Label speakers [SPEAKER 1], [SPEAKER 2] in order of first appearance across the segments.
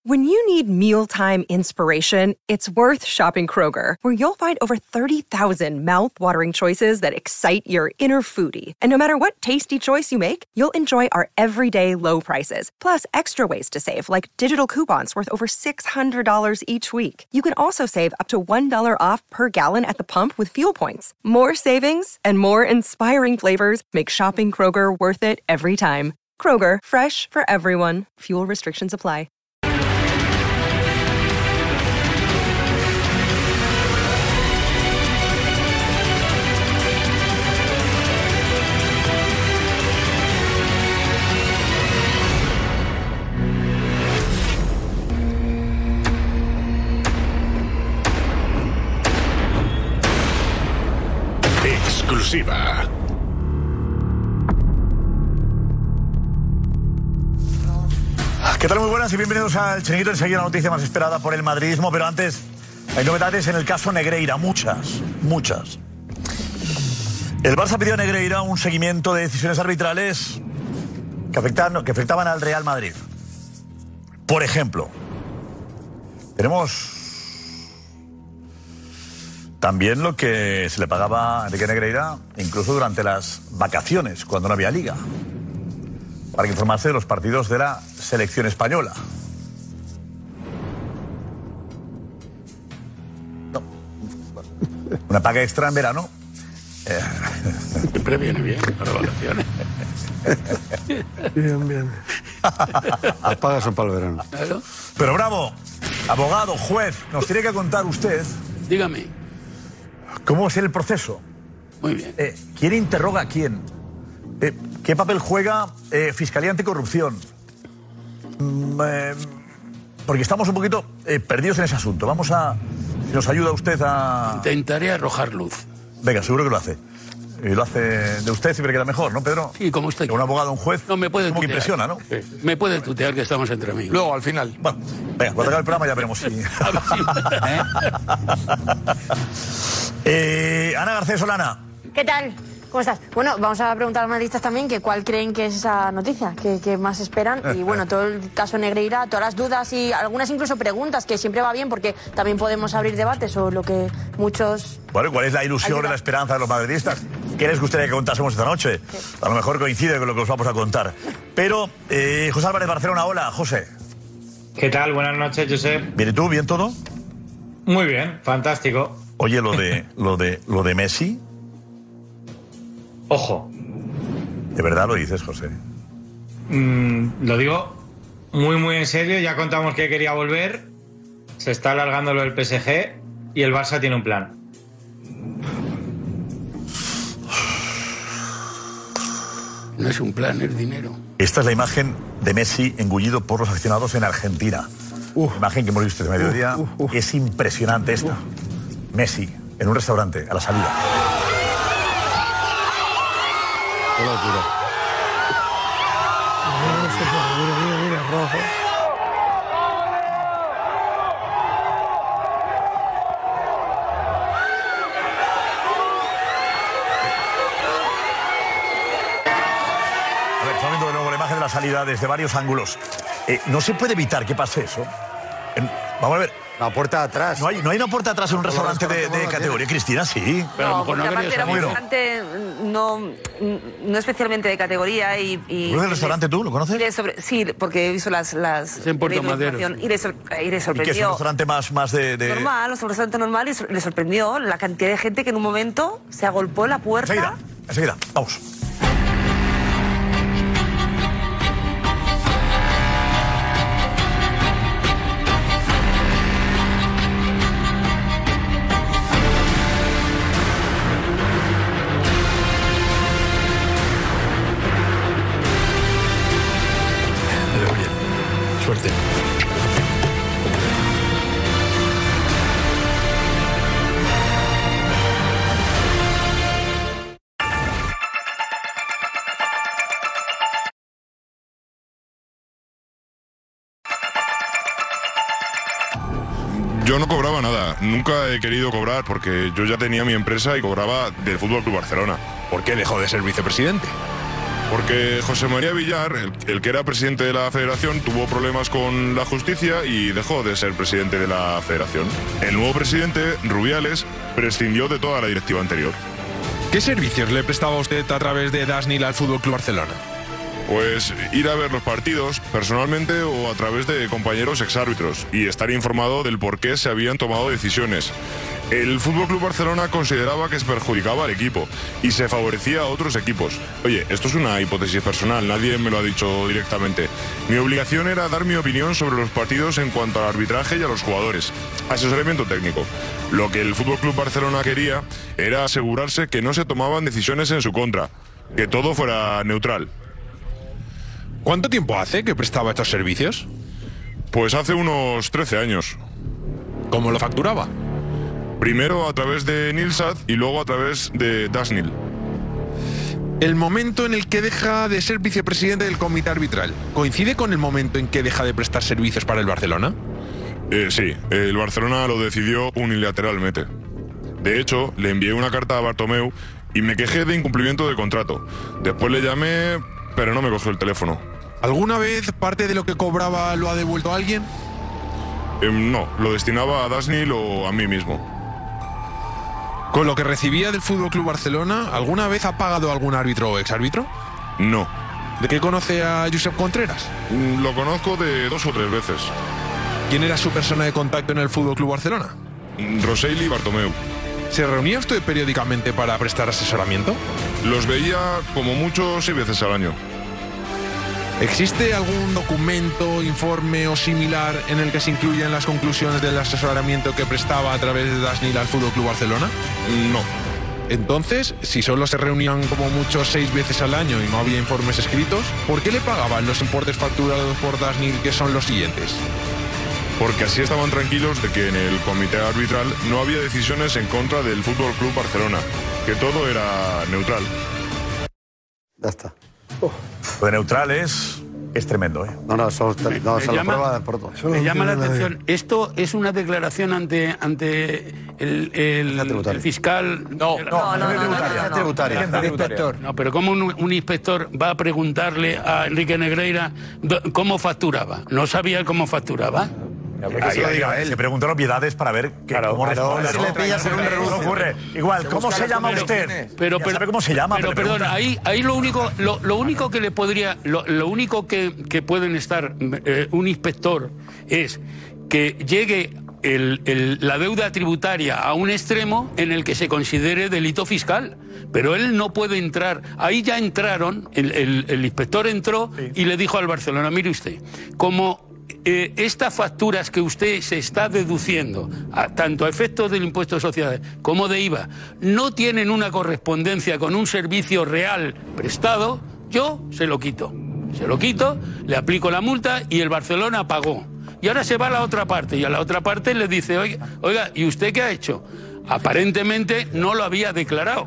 [SPEAKER 1] When you need mealtime inspiration, it's worth shopping Kroger, where you'll find over 30,000 mouth-watering choices that excite your inner foodie. And no matter what tasty choice you make, you'll enjoy our everyday low prices, plus extra ways to save, like digital coupons worth over $600 each week. You can also save up to $1 off per gallon at the pump with fuel points. More savings and more inspiring flavors make shopping Kroger worth it every time. Kroger, fresh for everyone. Fuel restrictions apply.
[SPEAKER 2] Exclusiva.
[SPEAKER 3] ¿Qué tal? Muy buenas y bienvenidos al Chiringuito. Enseguida la noticia más esperada por el madridismo, pero antes hay novedades en el caso Negreira, muchas. El Barça pidió a Negreira un seguimiento de decisiones arbitrales que afectaban al Real Madrid. Por ejemplo, tenemos también lo que se le pagaba a Enrique Negreira incluso durante las vacaciones, cuando no había liga, para que informase de los partidos de la selección española. No. Una paga extra en verano.
[SPEAKER 2] Siempre viene bien para vacaciones.
[SPEAKER 4] Bien. Las pagas son para el verano.
[SPEAKER 2] Claro.
[SPEAKER 3] Pero bravo, abogado, juez, nos tiene que contar usted.
[SPEAKER 2] Dígame.
[SPEAKER 3] ¿Cómo es el proceso?
[SPEAKER 2] Muy bien.
[SPEAKER 3] ¿Quién interroga a quién? ¿Qué papel juega Fiscalía Anticorrupción? Porque estamos un poquito perdidos en ese asunto. Vamos a... Si nos ayuda usted a...
[SPEAKER 2] Intentaré arrojar luz.
[SPEAKER 3] Venga, seguro que lo hace. Y lo hace de usted siempre queda mejor, ¿no, Pedro?
[SPEAKER 2] Sí, como usted.
[SPEAKER 3] Un abogado, un juez.
[SPEAKER 2] No, me puede
[SPEAKER 3] como que
[SPEAKER 2] tutear.
[SPEAKER 3] impresiona, ¿no?
[SPEAKER 2] Sí. Me puede tutear que estamos entre amigos.
[SPEAKER 5] Luego, al final.
[SPEAKER 3] Bueno, venga, cuando acabe el programa ya veremos si... Ana Garcés Solana.
[SPEAKER 6] ¿Qué tal? ¿Cómo estás? Bueno, vamos a preguntar a los madridistas también que cuál creen que es esa noticia, que más esperan. Y bueno, todo el caso Negreira, todas las dudas y algunas incluso preguntas, que siempre va bien porque también podemos abrir debates o lo que muchos...
[SPEAKER 3] Bueno, ¿cuál es la ilusión y la esperanza de los madridistas? ¿Qué les gustaría que contásemos esta noche?
[SPEAKER 6] Sí.
[SPEAKER 3] A lo mejor coincide con lo que os vamos a contar. Pero, José Álvarez Barcelona, hola, José.
[SPEAKER 7] ¿Qué tal? Buenas noches, Josep.
[SPEAKER 3] ¿Bien y tú? ¿Bien todo?
[SPEAKER 7] Muy bien, fantástico.
[SPEAKER 3] Oye, lo de Messi...
[SPEAKER 7] Ojo.
[SPEAKER 3] ¿De verdad lo dices, José?
[SPEAKER 7] Lo digo muy en serio. Ya contamos que quería volver. Se está alargando lo del PSG y el Barça tiene un plan.
[SPEAKER 2] No es un plan, es dinero.
[SPEAKER 3] Esta es la imagen de Messi engullido por los aficionados en Argentina. Imagen que hemos visto de mediodía. Es impresionante esta. Messi en un restaurante a la salida.
[SPEAKER 4] Qué locura. Mira, rojo.
[SPEAKER 3] A ver, estamos viendo de nuevo la imagen de la salida desde varios ángulos. No se puede evitar que pase eso. Vamos a ver.
[SPEAKER 4] La puerta de atrás.
[SPEAKER 3] No hay una puerta atrás en un restaurante de categoría, Cristina, sí.
[SPEAKER 2] Pero a lo mejor
[SPEAKER 8] porque
[SPEAKER 2] no
[SPEAKER 8] aparte era un
[SPEAKER 2] querías
[SPEAKER 8] restaurante no especialmente de categoría y
[SPEAKER 3] ¿Conoces el restaurante tú? ¿Lo conoces?
[SPEAKER 8] Sí, porque he visto las
[SPEAKER 2] en Puerto
[SPEAKER 8] la
[SPEAKER 2] Madero.
[SPEAKER 8] información y le
[SPEAKER 3] ¿Y que es un
[SPEAKER 8] sorprendió.
[SPEAKER 3] restaurante más de...
[SPEAKER 8] Normal, es un restaurante normal y le sorprendió la cantidad de gente que en un momento se agolpó la puerta.
[SPEAKER 3] Enseguida, vamos.
[SPEAKER 2] Suerte.
[SPEAKER 9] Yo no cobraba nada, nunca he querido cobrar porque yo ya tenía mi empresa y cobraba del Fútbol Club Barcelona.
[SPEAKER 5] ¿Por qué dejó de ser vicepresidente?
[SPEAKER 9] Porque José María Villar, el que era presidente de la federación, tuvo problemas con la justicia y dejó de ser presidente de la federación. El nuevo presidente, Rubiales, prescindió de toda la directiva anterior.
[SPEAKER 5] ¿Qué servicios le prestaba usted a través de Dasnil al Fútbol Club Barcelona?
[SPEAKER 9] Pues ir a ver los partidos personalmente o a través de compañeros exárbitros y estar informado del por qué se habían tomado decisiones. El Fútbol Club Barcelona consideraba que se perjudicaba al equipo y se favorecía a otros equipos. Oye, esto es una hipótesis personal, nadie me lo ha dicho directamente. Mi obligación era dar mi opinión sobre los partidos en cuanto al arbitraje y a los jugadores. Asesoramiento técnico. Lo que el Fútbol Club Barcelona quería era asegurarse que no se tomaban decisiones en su contra, que todo fuera neutral.
[SPEAKER 5] ¿Cuánto tiempo hace que prestaba estos servicios?
[SPEAKER 9] Pues hace unos 13 años.
[SPEAKER 5] ¿Cómo lo facturaba?
[SPEAKER 9] Primero a través de Nilsat y luego a través de Dasnil.
[SPEAKER 5] ¿El momento en el que deja de ser vicepresidente del comité arbitral coincide con el momento en que deja de prestar servicios para el Barcelona?
[SPEAKER 9] Sí, el Barcelona lo decidió unilateralmente. De hecho, le envié una carta a Bartomeu y me quejé de incumplimiento de contrato. Después le llamé, pero no me cogió el teléfono.
[SPEAKER 5] ¿Alguna vez parte de lo que cobraba lo ha devuelto a alguien?
[SPEAKER 9] No, lo destinaba a Dasnil o a mí mismo.
[SPEAKER 5] ¿Con lo que recibía del Fútbol Club Barcelona, alguna vez ha pagado algún árbitro o exárbitro?
[SPEAKER 9] No.
[SPEAKER 5] ¿De qué conoce a Josep Contreras?
[SPEAKER 9] Lo conozco de 2 o 3 veces.
[SPEAKER 5] ¿Quién era su persona de contacto en el Fútbol Club Barcelona?
[SPEAKER 9] Rosell y Bartomeu.
[SPEAKER 5] ¿Se reunía usted periódicamente para prestar asesoramiento?
[SPEAKER 9] Los veía como mucho 6 veces al año.
[SPEAKER 5] ¿Existe algún documento, informe o similar en el que se incluyan las conclusiones del asesoramiento que prestaba a través de Dasnil al Fútbol Club Barcelona?
[SPEAKER 9] No.
[SPEAKER 5] Entonces, si solo se reunían como mucho 6 veces al año y no había informes escritos, ¿por qué le pagaban los importes facturados por Dasnil, que son los siguientes?
[SPEAKER 9] Porque así estaban tranquilos de que en el comité arbitral no había decisiones en contra del Fútbol Club Barcelona, que todo era neutral.
[SPEAKER 4] Ya está.
[SPEAKER 3] Lo de neutral es tremendo, ¿eh?
[SPEAKER 4] No, se lo prueba por todo.
[SPEAKER 2] Me llama la atención. ¿Esto es una declaración ante el fiscal?
[SPEAKER 3] No, tributaria.
[SPEAKER 2] Inspector. No, pero ¿cómo un inspector va a preguntarle a Enrique Negreira cómo facturaba? ¿No sabía cómo facturaba?
[SPEAKER 3] Se preguntó obviedades para ver cómo responde.
[SPEAKER 4] Si le pillas en un rebufo.
[SPEAKER 3] Ocurre. Igual, ¿cómo se llama usted?
[SPEAKER 2] Pero
[SPEAKER 3] sabe cómo se llama.
[SPEAKER 2] Pero perdona, ahí lo único que le podría, lo único que pueden estar un inspector es que llegue la deuda tributaria a un extremo en el que se considere delito fiscal. Pero él no puede entrar. Ahí ya entraron, el inspector entró y le dijo al Barcelona, mire usted, como estas facturas que usted se está deduciendo, tanto a efectos del impuesto de sociedades como de IVA, no tienen una correspondencia con un servicio real prestado, yo se lo quito, le aplico la multa y el Barcelona pagó. Y ahora se va a la otra parte y a la otra parte le dice, oiga, ¿y usted qué ha hecho? Aparentemente no lo había declarado,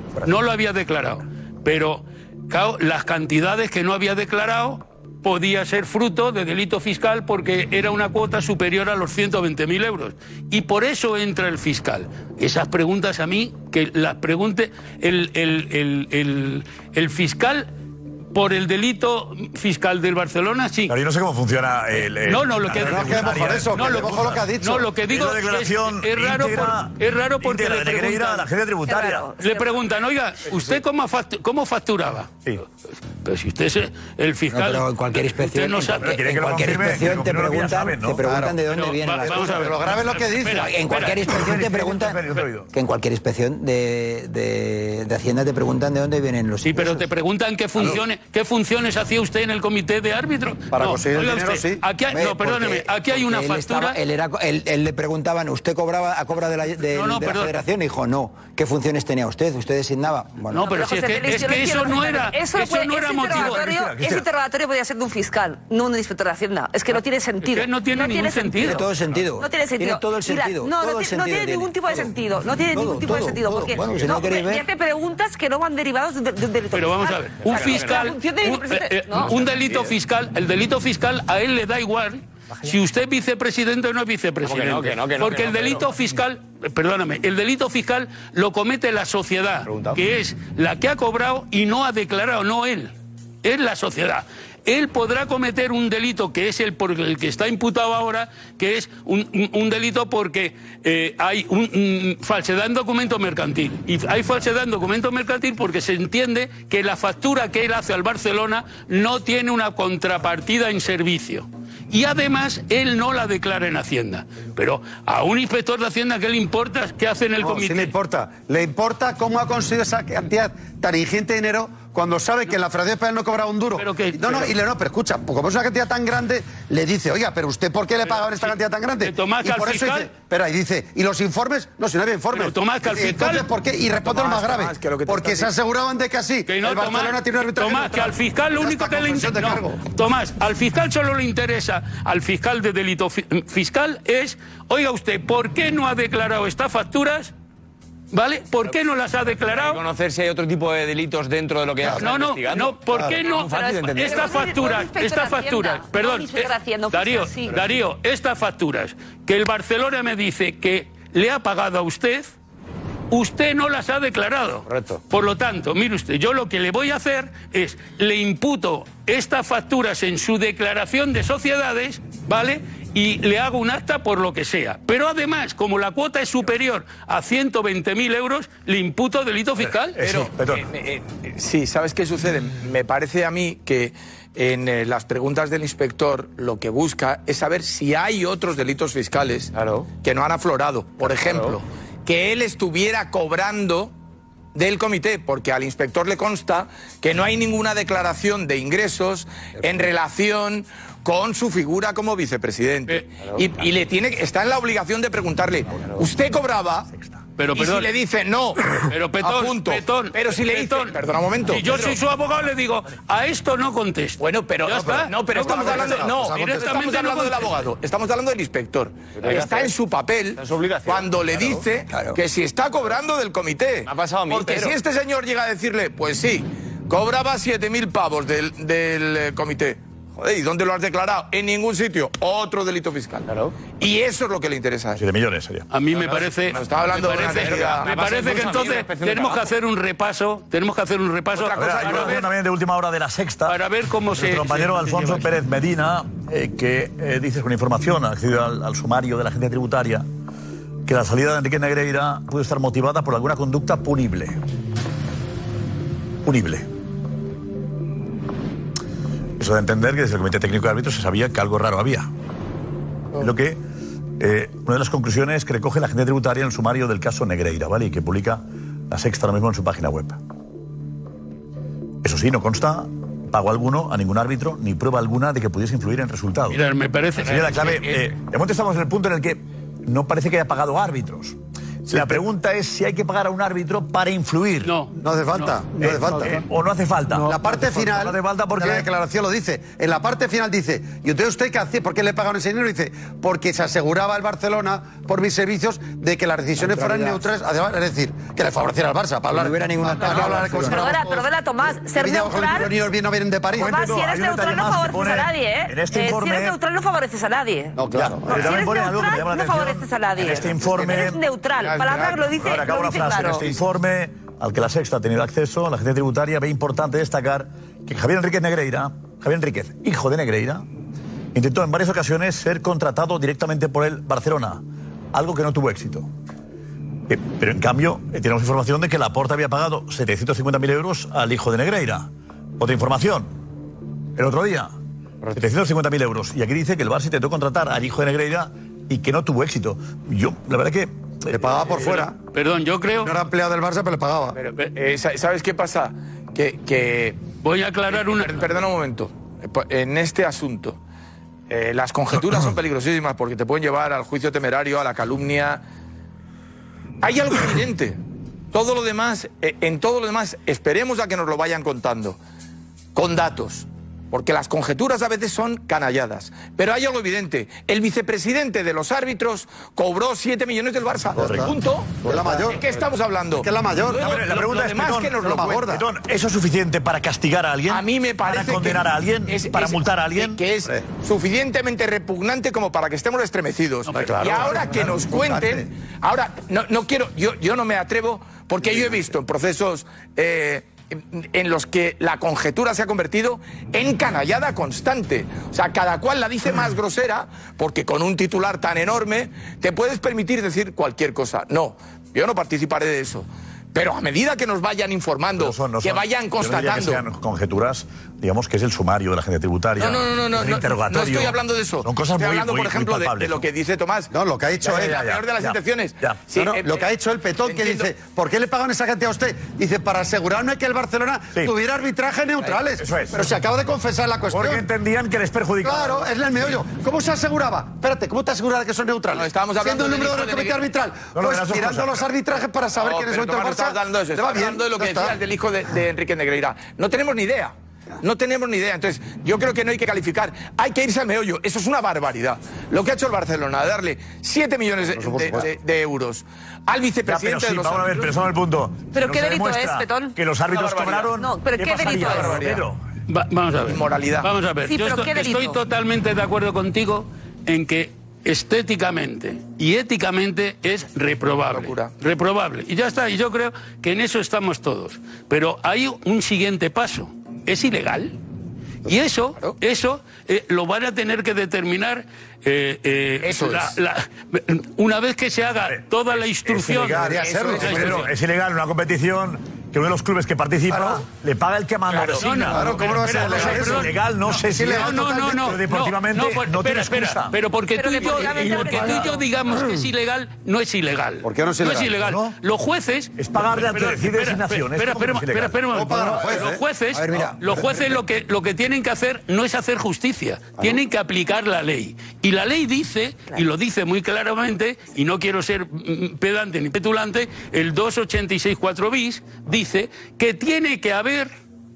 [SPEAKER 2] pero claro, las cantidades que no había declarado podía ser fruto de delito fiscal porque era una cuota superior a los 120.000 euros. Y por eso entra el fiscal. Esas preguntas a mí, que las pregunte el fiscal por el delito fiscal del Barcelona, sí.
[SPEAKER 3] Pero yo no sé cómo funciona
[SPEAKER 2] lo que ha dicho. No, lo que digo es raro porque le preguntan
[SPEAKER 3] a la agencia tributaria.
[SPEAKER 2] Le preguntan, oiga, ¿usted cómo facturaba? Sí. Pero si usted es el fiscal,
[SPEAKER 10] pero en cualquier inspección,
[SPEAKER 2] no sabe.
[SPEAKER 10] En cualquier inspección te preguntan de dónde vienen las
[SPEAKER 2] cosas.
[SPEAKER 4] Pero lo grave es lo que dice.
[SPEAKER 10] En cualquier inspección te preguntan que en cualquier inspección de Hacienda te preguntan de dónde vienen los.
[SPEAKER 2] Sí, pero te preguntan qué funciones hacía usted en el comité de árbitros.
[SPEAKER 4] Para conseguir el dinero, sí.
[SPEAKER 2] Perdóneme, aquí hay una factura.
[SPEAKER 10] Él le preguntaban, ¿usted cobraba de la federación? Y dijo, no. ¿Qué funciones tenía usted? ¿Usted designaba?
[SPEAKER 2] Bueno, no, pero si es que eso no era motivo.
[SPEAKER 8] Ese interrogatorio podía ser de un fiscal, no un inspector de Hacienda. Es que no tiene sentido.
[SPEAKER 2] Es que no tiene ningún sentido.
[SPEAKER 10] Tiene todo el sentido.
[SPEAKER 8] No tiene sentido.
[SPEAKER 10] Tiene todo el sentido.
[SPEAKER 8] No tiene ningún tipo de sentido. No tiene ningún tipo de sentido. Porque ya te preguntas que no van derivados de un delito fiscal.
[SPEAKER 2] Pero vamos a ver, un fiscal, un delito fiscal, el delito fiscal a él le da igual si usted es vicepresidente o no es vicepresidente. Porque el delito fiscal, perdóname, el delito fiscal lo comete la sociedad, que es la que ha cobrado y no ha declarado, no él. es la sociedad. Él podrá cometer un delito que es el por el que está imputado ahora, que es un delito porque hay falsedad en documento mercantil. Y hay falsedad en documento mercantil porque se entiende que la factura que él hace al Barcelona no tiene una contrapartida en servicio. Y además él no la declara en Hacienda. Pero a un inspector de Hacienda, ¿qué le importa qué hace en el comité?
[SPEAKER 4] Sí le importa. Le importa cómo ha conseguido esa cantidad tan ingente de dinero cuando sabe que en la Federación Española no cobraba un duro. Pero escucha, como es una cantidad tan grande, le dice, oiga, pero ¿usted por qué le pagaban esta cantidad tan grande?
[SPEAKER 2] Tomás,
[SPEAKER 4] y por eso dice, pero ahí dice, ¿y los informes? No, si no había informes.
[SPEAKER 2] Pero Tomás, que al fiscal...
[SPEAKER 4] Entonces, ¿por qué? Y responde lo más grave. Porque se aseguraban de que así,
[SPEAKER 2] que no,
[SPEAKER 4] el Barcelona tiene un arbitraje.
[SPEAKER 2] Tomás, que al fiscal lo único que le interesa... No, Tomás, al fiscal solo le interesa, al fiscal de delito fiscal es, oiga usted, ¿por qué no ha declarado estas facturas? ¿Vale? ¿Por qué no las ha declarado?
[SPEAKER 11] Conocer si hay otro tipo de delitos dentro de lo que ya está investigando.
[SPEAKER 2] No, ¿por qué no? Estas facturas, perdón, Darío, estas facturas que el Barcelona me dice que le ha pagado a usted no las ha declarado.
[SPEAKER 11] Correcto.
[SPEAKER 2] Por lo tanto, mire usted, yo lo que le voy a hacer es, le imputo estas facturas en su declaración de sociedades, ¿vale? Y le hago un acta por lo que sea. Pero además, como la cuota es superior a 120.000 euros, le imputo delito fiscal.
[SPEAKER 12] Sí, ¿sabes qué sucede? Me parece a mí que en las preguntas del inspector lo que busca es saber si hay otros delitos fiscales que no han aflorado. Por ejemplo, que él estuviera cobrando del comité, porque al inspector le consta que no hay ninguna declaración de ingresos en relación con su figura como vicepresidente. Y le está en la obligación de preguntarle, ¿usted cobraba?
[SPEAKER 2] Pero,
[SPEAKER 12] y si le dice no,
[SPEAKER 2] pero
[SPEAKER 12] pero si le dice, perdona un momento.
[SPEAKER 2] Si yo soy su abogado, le digo, a esto no contesto.
[SPEAKER 12] Bueno, pero estamos hablando del abogado, estamos hablando del inspector. Está en su papel cuando le dice que si está cobrando del comité.
[SPEAKER 11] Me ha pasado a mí.
[SPEAKER 12] Porque si este señor llega a decirle, pues sí, cobraba 7.000 pavos del comité. Joder, ¿y dónde lo has declarado? En ningún sitio. Otro delito fiscal. Y eso es lo que le interesa.
[SPEAKER 3] 7 millones sería.
[SPEAKER 2] A mí me parece...
[SPEAKER 12] Me
[SPEAKER 2] parece que entonces tenemos que hacer un repaso.
[SPEAKER 3] Otra cosa, hay una también de última hora de La Sexta.
[SPEAKER 2] Para ver cómo
[SPEAKER 3] nuestro compañero Alfonso Pérez Medina, que dice con información, ha accedido al sumario de la agencia tributaria, que la salida de Enrique Negreira puede estar motivada por alguna conducta punible. Eso de entender que desde el Comité Técnico de Árbitros se sabía que algo raro había. Lo que, una de las conclusiones que recoge la agencia tributaria en el sumario del caso Negreira, ¿vale? Y que publica La Sexta ahora mismo en su página web. Eso sí, no consta pago alguno a ningún árbitro ni prueba alguna de que pudiese influir en resultados.
[SPEAKER 2] Mira, me parece...
[SPEAKER 3] Sería la clave. De momento estamos en el punto en el que no parece que haya pagado árbitros. La pregunta es si hay que pagar a un árbitro para influir.
[SPEAKER 4] No hace falta. No hace falta.
[SPEAKER 3] O no hace falta.
[SPEAKER 4] La parte final
[SPEAKER 3] no hace falta porque
[SPEAKER 4] la declaración lo dice. En la parte final dice, ¿y entonces usted qué hace? ¿Por qué le pagaron ese dinero? Dice, porque se aseguraba el Barcelona por mis servicios de que las decisiones fueran neutrales, además, es decir, que le favoreciera al Barça, para hablar.
[SPEAKER 10] No hubiera ninguna
[SPEAKER 8] Perdona, Tomás, ser neutral.
[SPEAKER 4] No vienen de París.
[SPEAKER 8] Tomás, si eres neutral no favoreces a nadie, ¿eh?
[SPEAKER 3] En este informe,
[SPEAKER 8] si eres neutral no favoreces a nadie.
[SPEAKER 4] No, claro.
[SPEAKER 8] Si eres neutral no favoreces a nadie.
[SPEAKER 3] En este informe...
[SPEAKER 8] Eres neutral. Palabra que lo dice.
[SPEAKER 3] Acabo una frase. En este informe, al que La Sexta ha tenido acceso, la agencia tributaria ve importante destacar que Javier Enríquez, hijo de Negreira, intentó en varias ocasiones ser contratado directamente por el Barcelona, algo que no tuvo éxito. Pero en cambio, tenemos información de que Laporta había pagado 750.000 euros al hijo de Negreira. Otra información, el otro día, 750.000 euros. Y aquí dice que el Barça intentó contratar al hijo de Negreira y que no tuvo éxito. Yo, la verdad que...
[SPEAKER 4] Le pagaba por fuera.
[SPEAKER 2] Perdón, yo creo...
[SPEAKER 4] No era empleado del Barça, pero le pagaba.
[SPEAKER 12] ¿Sabes qué pasa? Que
[SPEAKER 2] voy a aclarar una...
[SPEAKER 12] Perdona un momento. En este asunto, las conjeturas son peligrosísimas porque te pueden llevar al juicio temerario, a la calumnia. Hay algo evidente. Todo lo demás, en todo lo demás, esperemos a que nos lo vayan contando. Con datos. Porque las conjeturas a veces son canalladas. Pero hay algo evidente. El vicepresidente de los árbitros cobró 7 millones del Barça. Punto.
[SPEAKER 4] Es la mayor.
[SPEAKER 12] ¿De qué estamos hablando?
[SPEAKER 4] Que es la mayor.
[SPEAKER 3] La pregunta es,
[SPEAKER 4] Petón,
[SPEAKER 3] ¿eso es suficiente para castigar a alguien?
[SPEAKER 12] A mí me parece
[SPEAKER 3] ¿Para condenar a alguien? ¿Para multar a alguien?
[SPEAKER 12] Que es suficienmente repugnante como para que estemos estremecidos. Y ahora que nos cuenten... Ahora, no quiero... Yo no me atrevo, porque yo he visto en procesos en los que la conjetura se ha convertido en canallada constante. O sea, cada cual la dice más grosera, porque con un titular tan enorme te puedes permitir decir cualquier cosa. No, yo no participaré de eso. Pero a medida que nos vayan informando, que vayan constatando...
[SPEAKER 3] Yo no diría que sean conjeturas, digamos que es el sumario de la agencia tributaria.
[SPEAKER 12] No estoy hablando de eso.
[SPEAKER 3] Son cosas
[SPEAKER 12] estoy
[SPEAKER 3] muy,
[SPEAKER 12] hablando,
[SPEAKER 3] muy,
[SPEAKER 12] por ejemplo, de lo que dice Tomás.
[SPEAKER 4] No, lo que ha dicho él.
[SPEAKER 12] La peor de las intenciones.
[SPEAKER 4] Lo que ha dicho el Petón, que dice, ¿por qué le pagan esa cantidad a usted? Dice, para asegurarme que el Barcelona tuviera arbitraje neutrales.
[SPEAKER 3] Eso es.
[SPEAKER 4] Pero se acaba de confesar la cuestión.
[SPEAKER 3] Porque entendían que les perjudicaba.
[SPEAKER 4] Claro, es el meollo. ¿Cómo se aseguraba? Espérate, ¿cómo te aseguras de que son neutrales?
[SPEAKER 12] No, estábamos hablando
[SPEAKER 4] siendo el número del comité arbitral. Pues tirando los arbitrajes para saber quiénes son del Barça.
[SPEAKER 12] Va bien. Hablando de lo que decías del hijo de Enrique Negreira. No tenemos ni idea. No tenemos ni idea. Entonces, yo creo que no hay que calificar. Hay que irse al meollo. Eso es una barbaridad. Lo que ha hecho el Barcelona, de darle 7 millones de euros al vicepresidente de los
[SPEAKER 3] vamos a ver, pero eso no es el punto.
[SPEAKER 8] ¿Pero qué delito es, Petón?
[SPEAKER 3] Que los árbitros cobraron.
[SPEAKER 8] No, pero ¿qué delito es?
[SPEAKER 2] Vamos a ver.
[SPEAKER 12] Inmoralidad.
[SPEAKER 2] Vamos a ver.
[SPEAKER 8] Sí,
[SPEAKER 2] yo estoy totalmente de acuerdo contigo en que estéticamente y éticamente es reprobable.
[SPEAKER 12] Locura.
[SPEAKER 2] Reprobable. Y ya está. Y yo creo que en eso estamos todos. Pero hay un siguiente paso. ¿Es ilegal? Y eso lo van a tener que determinar una vez que se haga toda la instrucción.
[SPEAKER 3] Es ilegal una competición que uno de los clubes que participa le paga el que manda.
[SPEAKER 4] Claro, ¿cómo no va a ser legal?
[SPEAKER 3] Es ilegal, no sé si es legal.
[SPEAKER 2] No,
[SPEAKER 3] pero deportivamente no tiene excusa.
[SPEAKER 2] Pero porque tú y yo digamos que es ilegal, no es ilegal.
[SPEAKER 4] ¿Por qué no es ilegal?
[SPEAKER 2] No es ilegal.
[SPEAKER 3] ¿No?
[SPEAKER 2] Los jueces...
[SPEAKER 3] Es pagarle al que decide designación.
[SPEAKER 2] Espera, los jueces lo que tienen que hacer no es hacer justicia, tienen que aplicar la ley. Y la ley dice, y lo dice muy claramente, y no quiero ser pedante ni petulante, el 286.4 bis dice que tiene que haber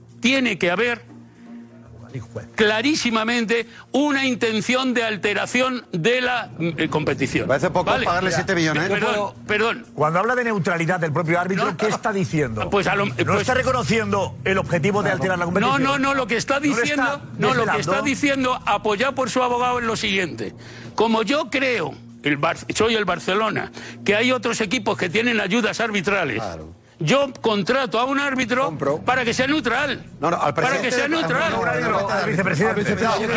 [SPEAKER 2] clarísimamente una intención de alteración de la competición.
[SPEAKER 4] Parece poco pagarle 7 millones.
[SPEAKER 2] Perdón.
[SPEAKER 3] Cuando habla de neutralidad del propio árbitro, ¿qué está diciendo? ¿No está reconociendo el objetivo de alterar la competición?
[SPEAKER 2] No, lo que está diciendo, apoyado por su abogado, es lo siguiente. Como yo creo, soy el Barcelona, que hay otros equipos que tienen ayudas arbitrales. Claro. Yo contrato a un árbitro para que sea neutral. Para que sea neutral.
[SPEAKER 3] Al vicepresidente.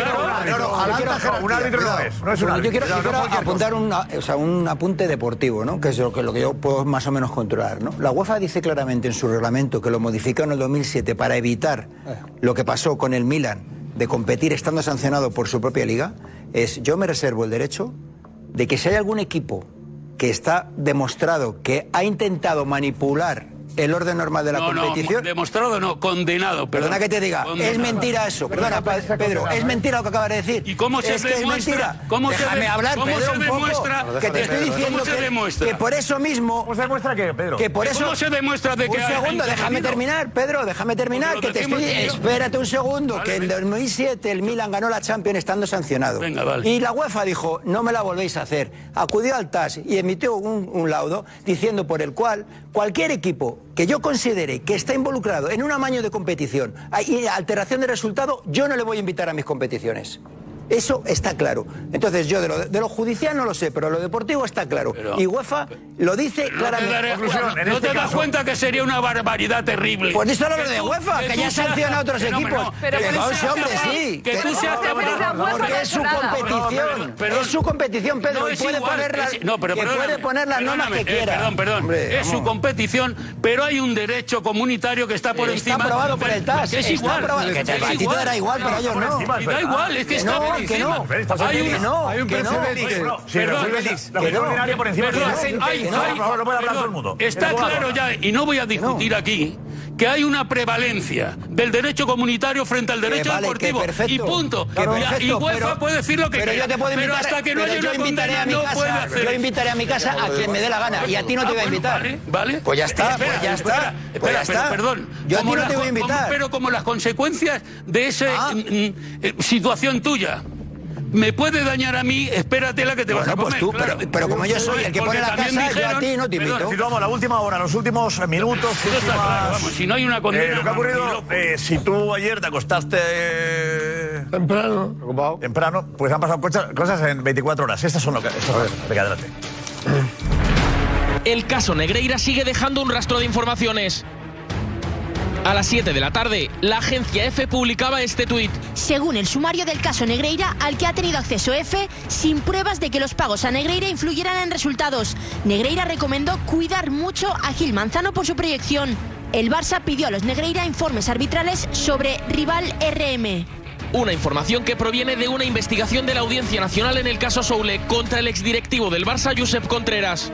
[SPEAKER 3] Un árbitro no es un árbitro.
[SPEAKER 10] Yo quiero apuntar un apunte deportivo, ¿no? Que es lo que yo puedo más o menos controlar, ¿no? La UEFA dice claramente en su reglamento, que lo modificó en el 2007 para evitar lo que pasó con el Milan de competir estando sancionado por su propia liga, yo me reservo el derecho de que si hay algún equipo que está demostrado que ha intentado manipular el orden normal de la competición...
[SPEAKER 2] Demostrado no, condenado.
[SPEAKER 10] Perdona que te diga, es mentira eso. Perdona, Pedro, es mentira lo que acabas de decir.
[SPEAKER 2] ¿Y cómo se demuestra?
[SPEAKER 10] Déjame hablar, Pedro, un poco. Que te estoy diciendo que por eso mismo...
[SPEAKER 3] ¿Cómo se demuestra qué, Pedro?
[SPEAKER 2] ¿Cómo se demuestra de que
[SPEAKER 10] un segundo, déjame terminar, Pedro, déjame terminar. Espérate un segundo, que en 2007 el Milan ganó la Champions estando sancionado.
[SPEAKER 2] Venga, vale.
[SPEAKER 10] Y la UEFA dijo, no me la volvéis a hacer. Acudió al TAS y emitió un laudo diciendo por el cual cualquier equipo que yo considere que está involucrado en un amaño de competición y alteración de resultado, yo no le voy a invitar a mis competiciones. Eso está claro. Entonces yo de lo judicial no lo sé, pero lo deportivo está claro. Y UEFA lo dice claramente.
[SPEAKER 2] ¿No te das cuenta que sería una barbaridad terrible?
[SPEAKER 10] Pues eso lo de UEFA, que ya sanciona a otros equipos. Pero hombre, sí.
[SPEAKER 2] Que tú seas
[SPEAKER 10] porque es su competición. Es su competición, Pedro. Y puede poner las normas que quiera.
[SPEAKER 2] Perdón. Es su competición, pero hay un derecho comunitario que está por encima.
[SPEAKER 10] Está aprobado por el TAS.
[SPEAKER 2] Es igual.
[SPEAKER 10] A ti te dará igual, pero a ellos no.
[SPEAKER 2] Da igual, es que está por encima. Hay un precedente. Está claro ya, y no voy a discutir aquí, que hay una prevalencia del derecho comunitario frente al derecho deportivo. Y punto. Y UEFA puede decir lo que quiera. Pero hasta que no haya una condena no puede hacer.
[SPEAKER 10] Yo invitaré a mi casa a quien me dé la gana. Y a ti no te voy a invitar.
[SPEAKER 2] ¿Vale?
[SPEAKER 10] Pues ya está.
[SPEAKER 2] Perdón.
[SPEAKER 10] Yo a ti no te voy a invitar.
[SPEAKER 2] Pero como las consecuencias de esa situación tuya me puede dañar a mí, espérate la que te vas a comer.
[SPEAKER 10] Pues tú, pero como yo soy el que pone la casa, yo a ti no te invito.
[SPEAKER 3] Situamos la última hora, los últimos minutos.
[SPEAKER 2] Si no hay una condena...
[SPEAKER 3] lo que ha ocurrido, si tú ayer te acostaste... Temprano, pues han pasado cosas en 24 horas. Estas son Venga, adelante.
[SPEAKER 13] El caso Negreira sigue dejando un rastro de informaciones. A las 7 de la tarde, la agencia EFE publicaba este tuit.
[SPEAKER 14] Según el sumario del caso Negreira, al que ha tenido acceso EFE, sin pruebas de que los pagos a Negreira influyeran en resultados. Negreira recomendó cuidar mucho a Gil Manzano por su proyección. El Barça pidió a los Negreira informes arbitrales sobre rival RM.
[SPEAKER 13] Una información que proviene de una investigación de la Audiencia Nacional en el caso Soule contra el exdirectivo del Barça, Josep Contreras.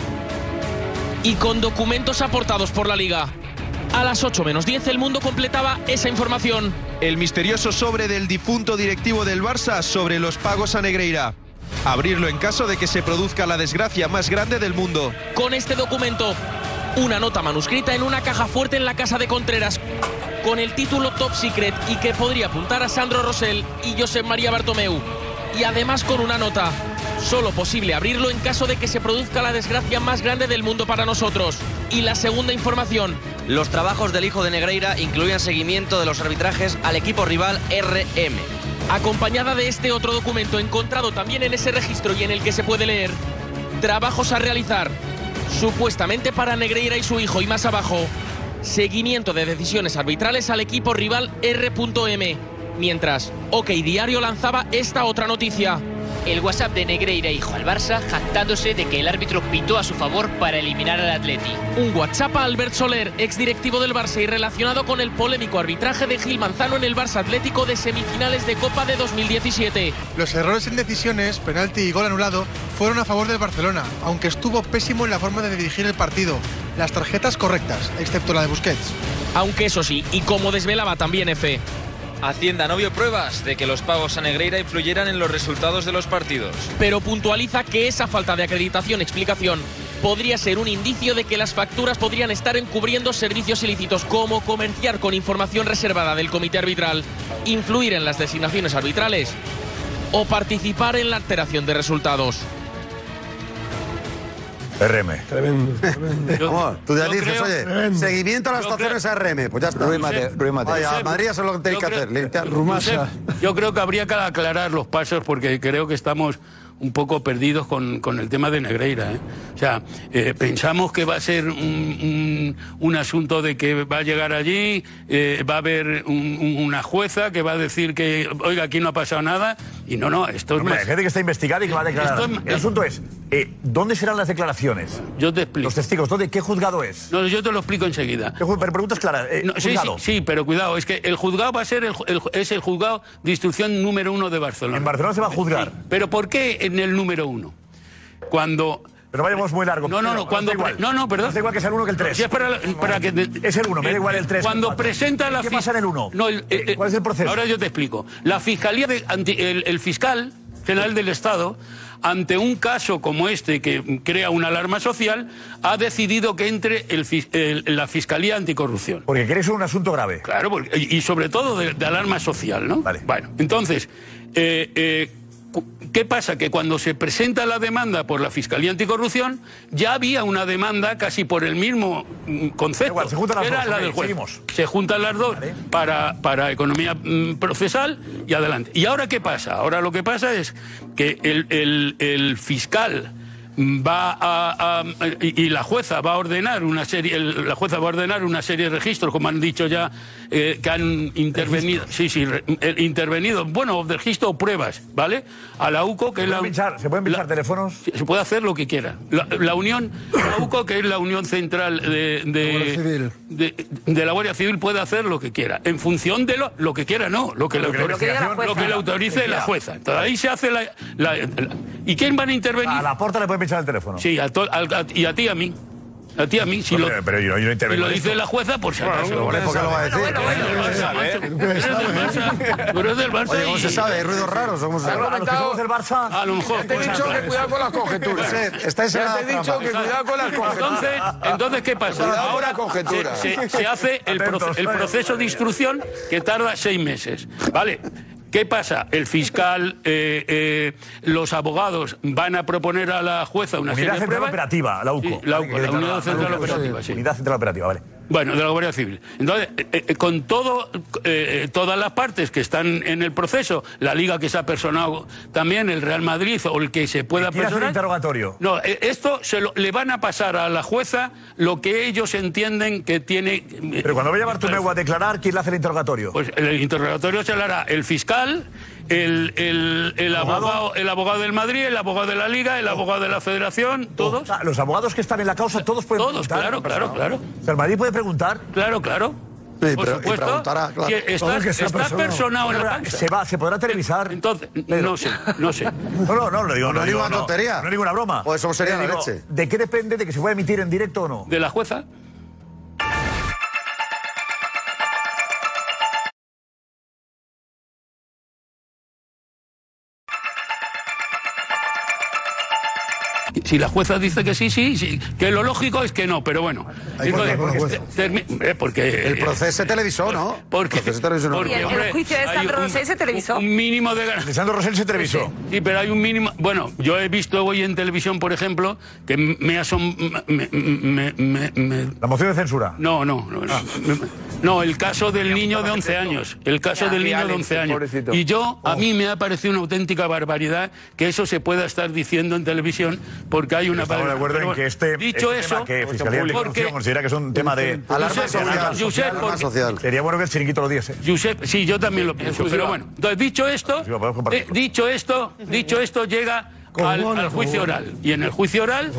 [SPEAKER 13] Y con documentos aportados por la Liga. A las 8 menos 10 El Mundo completaba esa información.
[SPEAKER 15] El misterioso sobre del difunto directivo del Barça sobre los pagos a Negreira. Abrirlo en caso de que se produzca la desgracia más grande del mundo.
[SPEAKER 13] Con este documento, una nota manuscrita en una caja fuerte en la casa de Contreras, con el título Top Secret y que podría apuntar a Sandro Rosell y Josep María Bartomeu. Y además con una nota: solo posible abrirlo en caso de que se produzca la desgracia más grande del mundo para nosotros. Y la segunda información:
[SPEAKER 16] los trabajos del hijo de Negreira incluían seguimiento de los arbitrajes al equipo rival RM.
[SPEAKER 13] Acompañada de este otro documento encontrado también en ese registro y en el que se puede leer: trabajos a realizar, supuestamente para Negreira y su hijo, y más abajo: seguimiento de decisiones arbitrales al equipo rival R.M. Mientras, OK Diario lanzaba esta otra noticia.
[SPEAKER 17] El WhatsApp de Negreira hijo al Barça jactándose de que el árbitro pitó a su favor para eliminar al Atleti.
[SPEAKER 13] Un WhatsApp a Albert Soler, exdirectivo del Barça y relacionado con el polémico arbitraje de Gil Manzano en el Barça Atlético de semifinales de Copa de 2017.
[SPEAKER 18] Los errores en decisiones, penalti y gol anulado, fueron a favor del Barcelona, aunque estuvo pésimo en la forma de dirigir el partido. Las tarjetas correctas, excepto la de Busquets.
[SPEAKER 13] Aunque eso sí, y como desvelaba también EFE,
[SPEAKER 11] Hacienda no vio pruebas de que los pagos a Negreira influyeran en los resultados de los partidos.
[SPEAKER 13] Pero puntualiza que esa falta de acreditación-explicación podría ser un indicio de que las facturas podrían estar encubriendo servicios ilícitos, como comerciar con información reservada del comité arbitral, influir en las designaciones arbitrales o participar en la alteración de resultados.
[SPEAKER 3] RM.
[SPEAKER 4] Tremendo. Tú ya dices, oye, seguimiento a las estaciones RM. Pues ya está.
[SPEAKER 3] Rui Mate.
[SPEAKER 4] Vaya, a Madrid eso es lo que tenéis que hacer. Limpiar.
[SPEAKER 2] Yo creo que habría que aclarar los pasos porque creo que estamos un poco perdidos con el tema de Negreira, ¿eh? O sea, pensamos que va a ser un asunto de que va a llegar allí, va a haber una jueza que va a decir que, oiga, aquí no ha pasado nada, y no, esto es más...
[SPEAKER 3] Hay gente que está investigada y que va a declarar. El asunto es, ¿dónde serán las declaraciones?
[SPEAKER 2] Yo te explico.
[SPEAKER 3] Los testigos, ¿qué juzgado es?
[SPEAKER 2] No, yo te lo explico enseguida.
[SPEAKER 3] Pero preguntas claras, ¿juzgado?
[SPEAKER 2] Sí, pero cuidado, es que el juzgado va a ser el juzgado de instrucción número 1 de Barcelona.
[SPEAKER 3] ¿En Barcelona se va a juzgar?
[SPEAKER 2] Sí. ¿Pero por qué en el número 1? Cuando...
[SPEAKER 3] Pero vayamos muy largo.
[SPEAKER 2] Cuando... No, perdón.
[SPEAKER 3] Es igual que sea el 1 que el 3.
[SPEAKER 2] Sí, es para que...
[SPEAKER 3] Es el 1, me da igual el 3.
[SPEAKER 2] Cuando presenta la...
[SPEAKER 3] ¿Qué pasa en el 1?
[SPEAKER 2] No,
[SPEAKER 3] ¿Cuál es el proceso?
[SPEAKER 2] Ahora yo te explico. La Fiscalía, el fiscal general del Estado, ante un caso como este que crea una alarma social, ha decidido que entre la Fiscalía Anticorrupción.
[SPEAKER 3] Porque queréis un asunto grave.
[SPEAKER 2] Claro, y sobre todo de alarma social, ¿no?
[SPEAKER 3] Vale.
[SPEAKER 2] Bueno, entonces... ¿qué pasa? Que cuando se presenta la demanda por la Fiscalía Anticorrupción, ya había una demanda casi por el mismo concepto.
[SPEAKER 3] Igual, se juntan las
[SPEAKER 2] era
[SPEAKER 3] dos,
[SPEAKER 2] la del juez.
[SPEAKER 3] Seguimos.
[SPEAKER 2] Se juntan las dos,
[SPEAKER 3] vale,
[SPEAKER 2] para economía procesal y adelante. ¿Y ahora qué pasa? Ahora lo que pasa es que el fiscal va y la jueza va a ordenar una serie de registros, como han dicho ya, que han intervenido. Intervenido, bueno, de registro o pruebas, ¿vale? A la UCO, que
[SPEAKER 3] ¿Se pueden pinchar teléfonos?
[SPEAKER 2] Se puede hacer lo que quiera. La UCO, que es la Unión Central de la Guardia Civil, puede hacer lo que quiera, en función de lo que quiera, no, lo que le autorice la jueza. Entonces ahí se hace ¿Y quién van a intervenir?
[SPEAKER 3] A la Porta le pueden pinchar el teléfono.
[SPEAKER 2] Sí, y a ti, a mí. A ti, a mí. Si
[SPEAKER 3] pero yo no intervengo.
[SPEAKER 2] Si lo dice la jueza, por si acaso.
[SPEAKER 4] ¿Por qué lo va a decir?
[SPEAKER 2] Pero es del Barça.
[SPEAKER 4] Oye, ¿cómo se sabe? ¿Hay ruidos raros? ¿Cómo se sabe?
[SPEAKER 3] ¿A los que somos del Barça?
[SPEAKER 2] A lo mejor.
[SPEAKER 12] Te he dicho que cuidado con las conjeturas.
[SPEAKER 4] Te he
[SPEAKER 12] dicho que cuidado con las conjeturas.
[SPEAKER 2] Entonces, ¿qué pasa? Ahora se hace el proceso de instrucción, que tarda 6 meses. ¿Vale? ¿Qué pasa? El fiscal, los abogados van a proponer a la jueza una serie de pruebas.
[SPEAKER 3] Unidad Central Operativa, la UCO.
[SPEAKER 2] Sí, la Unidad Central Operativa, sí.
[SPEAKER 3] Unidad Central Operativa, vale.
[SPEAKER 2] Bueno, de la Guardia Civil. Entonces, con todas las partes que están en el proceso, la Liga que se ha personado también, el Real Madrid o el que se pueda
[SPEAKER 3] personar... ¿Quién hace el interrogatorio?
[SPEAKER 2] No, esto le van a pasar a la jueza lo que ellos entienden que tiene...
[SPEAKER 3] Pero cuando vaya Bartomeu a declarar, ¿quién le hace el interrogatorio?
[SPEAKER 2] Pues el interrogatorio se lo hará el fiscal, el abogado del Madrid, el abogado de la Liga, el abogado de la Federación, todos.
[SPEAKER 3] Los abogados que están en la causa, todos pueden preguntar.
[SPEAKER 2] Todos, claro.
[SPEAKER 3] O sea, el Madrid puede preguntar.
[SPEAKER 2] Claro.
[SPEAKER 4] Sí,
[SPEAKER 2] por supuesto,
[SPEAKER 4] claro.
[SPEAKER 2] Está personado en la causa.
[SPEAKER 3] ¿Se podrá televisar?
[SPEAKER 2] Entonces, no sé.
[SPEAKER 3] No, lo digo.
[SPEAKER 4] No digo una tontería.
[SPEAKER 3] No digo una broma.
[SPEAKER 4] Pues eso sería la leche.
[SPEAKER 3] ¿De qué depende de que se pueda emitir en directo o no?
[SPEAKER 2] De la jueza. Si la jueza dice que sí, que lo lógico es que no, pero bueno. Porque
[SPEAKER 4] el proceso se televisó, ¿no?
[SPEAKER 2] Porque
[SPEAKER 8] el juicio de Sandro Rosell se televisó.
[SPEAKER 2] Un mínimo de garantías.
[SPEAKER 3] De Sandro Rosell se televisó.
[SPEAKER 2] Sí, pero hay un mínimo. Bueno, yo he visto hoy en televisión, por ejemplo, que
[SPEAKER 3] ¿La moción de censura?
[SPEAKER 2] No. No, el caso del niño de 11 años. El caso del niño de 11 años. Y a mí me ha parecido una auténtica barbaridad que eso se pueda estar diciendo en televisión, porque hay una...
[SPEAKER 3] Estamos de acuerdo en que
[SPEAKER 2] dicho eso,
[SPEAKER 3] tema que Fiscalía Anticorrupción considera que es un tema de...
[SPEAKER 4] Alarma social.
[SPEAKER 3] Sería bueno que el chiringuito lo diese.
[SPEAKER 2] Josep, sí, yo también lo pienso, pero bueno. Entonces, dicho esto, llega al juicio oral. Y en el juicio oral,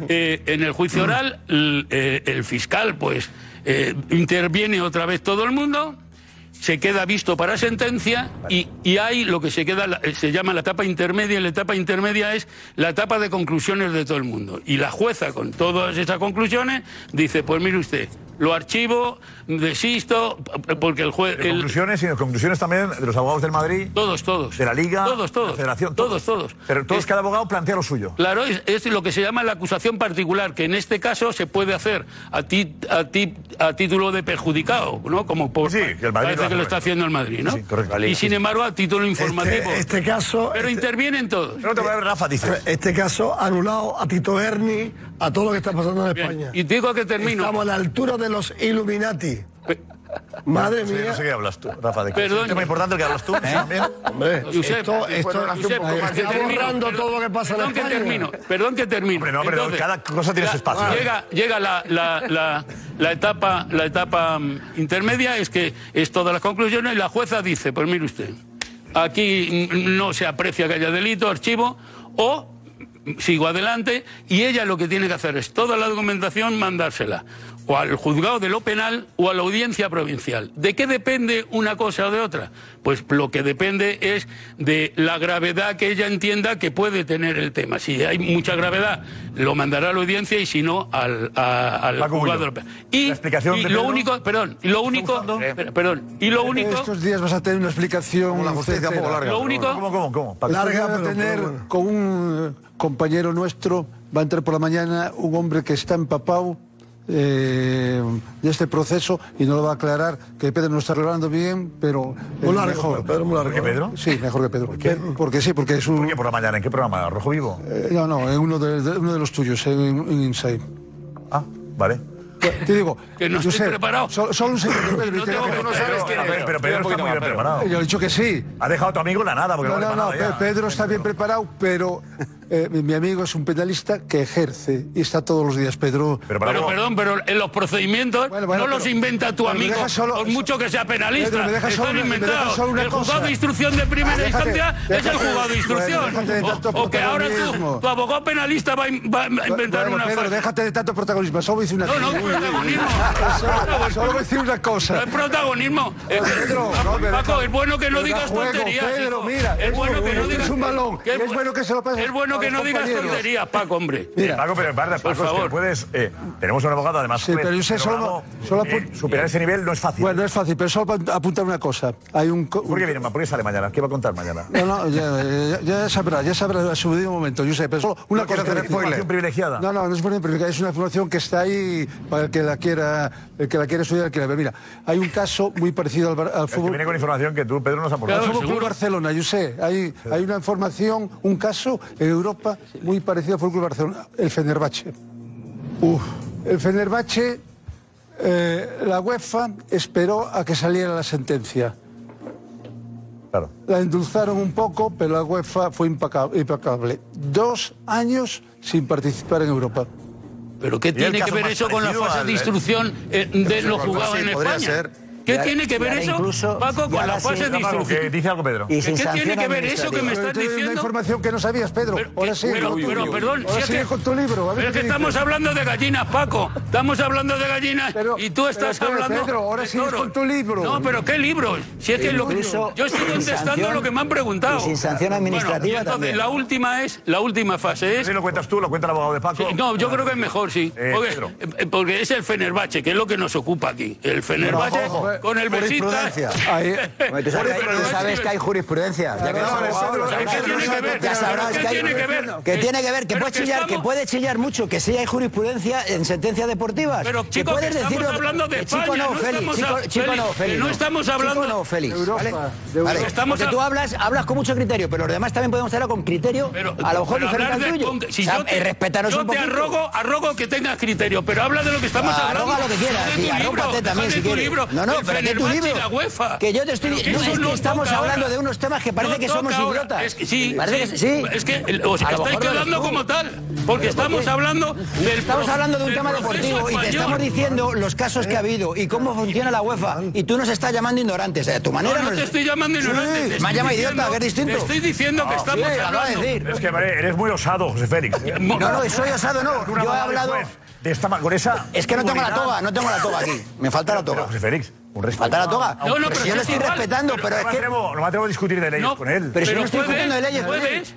[SPEAKER 2] el fiscal, pues, interviene otra vez todo el mundo, se queda visto para sentencia y hay lo que se llama la etapa intermedia, y la etapa intermedia es la etapa de conclusiones de todo el mundo. Y la jueza, con todas esas conclusiones, dice, pues mire usted, lo archivo, desisto, porque el juez...
[SPEAKER 3] Conclusiones, y conclusiones también de los abogados del Madrid.
[SPEAKER 2] Todos.
[SPEAKER 3] De la Liga.
[SPEAKER 2] Todos.
[SPEAKER 3] De la Federación.
[SPEAKER 2] Todos.
[SPEAKER 3] Pero cada abogado plantea lo suyo.
[SPEAKER 2] Claro, es lo que se llama la acusación particular, que en este caso se puede hacer a título de perjudicado, ¿no? Como por, que el Madrid parece que lo está haciendo el Madrid, ¿no?
[SPEAKER 3] Sí, correcto.
[SPEAKER 2] Y sin embargo a título informativo.
[SPEAKER 19] Este caso...
[SPEAKER 2] Pero intervienen todos.
[SPEAKER 3] No te voy a ver, Rafa, dice.
[SPEAKER 19] Este caso ha anulado a Tito Berni, a todo lo que está pasando en España.
[SPEAKER 2] Y digo que termino.
[SPEAKER 19] Estamos a la altura de los Illuminati. Madre mía.
[SPEAKER 3] No sé qué hablas tú, Rafa. ¿De qué?
[SPEAKER 2] Perdón.
[SPEAKER 3] ¿Es un tema importante el que hablas tú? ¿También?
[SPEAKER 19] Hombre, esto está borrando todo lo que pasa en España.
[SPEAKER 2] Perdón que termino.
[SPEAKER 3] Hombre, no, pero cada cosa tiene su espacio.
[SPEAKER 2] Llega la etapa intermedia, que es todas las conclusiones, y la jueza dice, pues mire usted, aquí no se aprecia que haya delito, archivo, o sigo adelante, y ella lo que tiene que hacer es toda la documentación mandársela o al juzgado de lo penal o a la audiencia provincial. ¿De qué depende una cosa o de otra? Pues lo que depende es de la gravedad que ella entienda que puede tener el tema. Si hay mucha gravedad, lo mandará a la audiencia, y si no, al juzgado de lo penal. Y lo único...
[SPEAKER 20] Estos días vas a tener una explicación...
[SPEAKER 4] La justicia un poco larga.
[SPEAKER 2] Lo único...
[SPEAKER 3] ¿Cómo?
[SPEAKER 20] Larga, va a tener con un compañero nuestro, va a entrar por la mañana un hombre que está empapado de este proceso y no lo va a aclarar, que Pedro no está arreglando bien, pero mejor.
[SPEAKER 3] ¿Por qué Pedro?
[SPEAKER 20] Sí, mejor que Pedro.
[SPEAKER 3] ¿Por qué?
[SPEAKER 20] Porque es un...
[SPEAKER 3] ¿Por qué por la mañana? ¿En qué programa? ¿Rojo Vivo?
[SPEAKER 20] No, en uno de los tuyos, en Inside.
[SPEAKER 3] Ah, vale.
[SPEAKER 20] Te digo,
[SPEAKER 2] que no estoy preparado.
[SPEAKER 20] Solo un segundo, Pedro.
[SPEAKER 3] No sabes quién es. Pero Pedro está muy bien preparado.
[SPEAKER 20] Yo he dicho que sí.
[SPEAKER 3] Ha dejado a tu amigo en la nada.
[SPEAKER 20] No, Pedro está bien preparado, pero mi amigo es un penalista que ejerce y está todos los días, Pedro.
[SPEAKER 2] Pero en los procedimientos no los inventa tu amigo, por mucho que sea penalista. Están inventados. El juzgado de instrucción de primera instancia es el juzgado de instrucción. O que ahora tu abogado penalista va a inventar una
[SPEAKER 20] Pedro, déjate de tanto protagonismo. Solo dice una cosa.
[SPEAKER 2] No, protagonismo.
[SPEAKER 20] Solo voy a decir una cosa.
[SPEAKER 2] No es protagonismo. Paco, es bueno que no digas tonterías.
[SPEAKER 20] Pedro, mira,
[SPEAKER 2] es bueno que no digas
[SPEAKER 20] un balón. Es bueno que se lo pases.
[SPEAKER 2] Es bueno que no digas tonterías, Paco, hombre.
[SPEAKER 3] Paco, pero por favor, puedes. Tenemos un abogado, además.
[SPEAKER 20] Sí, pero yo sé, solo
[SPEAKER 3] superar ese nivel no es fácil.
[SPEAKER 20] Bueno, no es fácil, pero solo apuntar una cosa.
[SPEAKER 3] ¿Por qué viene? ¿Por qué sale mañana? ¿Qué va a contar mañana?
[SPEAKER 20] No, ya sabrá a su debido momento. Yo sé, pero solo una cosa.
[SPEAKER 3] ¿Es información privilegiada?
[SPEAKER 20] No es información privilegiada, es una información que está ahí para el que la quiera estudiar, el que la vea. Mira, hay un caso muy parecido al fútbol.
[SPEAKER 3] Que viene con información que tú, Pedro, nos ha aportado.
[SPEAKER 20] El Fútbol Club Barcelona, yo sé, hay una información, un caso en Europa muy parecido al Fútbol Club Barcelona, el Fenerbahce. El Fenerbahce la UEFA esperó a que saliera la sentencia.
[SPEAKER 3] Claro.
[SPEAKER 20] La endulzaron un poco, pero la UEFA fue impecable. 2 años sin participar en Europa.
[SPEAKER 2] ¿Pero qué tiene que ver eso con las fases de instrucción de los jugados en España? ¿Qué tiene que ver eso, Paco, con las fases de instrucción?
[SPEAKER 3] Dice algo, Pedro.
[SPEAKER 2] ¿Qué tiene que ver eso que me estás diciendo?
[SPEAKER 20] Una información que no sabías, Pedro. Ahora sí.
[SPEAKER 2] Pero perdón,
[SPEAKER 20] ahora sigue con tu libro.
[SPEAKER 2] Pero es que estamos hablando de gallinas, Paco. Estamos hablando de gallinas y tú estás hablando.
[SPEAKER 20] Pedro, ahora sigue con tu libro.
[SPEAKER 2] No, pero ¿qué libro? Si es que yo estoy contestando lo que me han preguntado.
[SPEAKER 10] Sin sanción administrativa.
[SPEAKER 2] Bueno, entonces la última fase es.
[SPEAKER 3] ¿Sí lo cuentas tú? ¿Lo cuenta el abogado de Paco?
[SPEAKER 2] No, yo creo que es mejor, sí. Porque es el Fenerbahce, que es lo que nos ocupa aquí. El Fenerbahce con el besito.
[SPEAKER 10] Tú sabes que hay jurisprudencia. Ya sabrás que hay. Que tiene que ver, que puede chillar mucho, que sí hay jurisprudencia en sentencias deportivas.
[SPEAKER 2] Pero chico,
[SPEAKER 10] puedes
[SPEAKER 2] estamos hablando de España,
[SPEAKER 10] chico no, Félix.
[SPEAKER 2] No estamos hablando.
[SPEAKER 10] Chico no, Félix. ¿Vale? Porque tú hablas con mucho criterio, pero los demás también podemos hablar con criterio. A lo mejor diferente al tuyo. Respétanos un poquito.
[SPEAKER 2] Yo te arrogo que tengas criterio, pero habla de lo que estamos hablando.
[SPEAKER 10] Arroga lo que quieras, y arrópate también si quieres. No, pero es tu libro. Que yo te estoy diciendo. No, es que estamos hablando de unos temas que parece que somos idiotas.
[SPEAKER 2] Es que sí. Es que os estáis quedando como tal. Porque estamos hablando del.
[SPEAKER 10] Estamos hablando de un tema deportivo y te estamos diciendo los casos que ha habido y cómo funciona la UEFA. Y tú nos estás llamando ignorantes. De tu manera.
[SPEAKER 2] No te estoy llamando ignorante.
[SPEAKER 10] Me has llamado idiota, que es distinto.
[SPEAKER 2] Te estoy diciendo que estamos hablando.
[SPEAKER 3] Es que eres muy osado, José Félix.
[SPEAKER 10] No, soy osado, no. Yo he hablado.
[SPEAKER 3] Con esa.
[SPEAKER 10] Es que no tengo la toga aquí. Me falta la toga.
[SPEAKER 3] José Félix.
[SPEAKER 10] Falta la toga.
[SPEAKER 3] Pero
[SPEAKER 10] si yo le estoy respetando, pero es que.
[SPEAKER 3] No me atrevo a discutir de leyes con él.
[SPEAKER 10] Pero si no estoy discutiendo de leyes.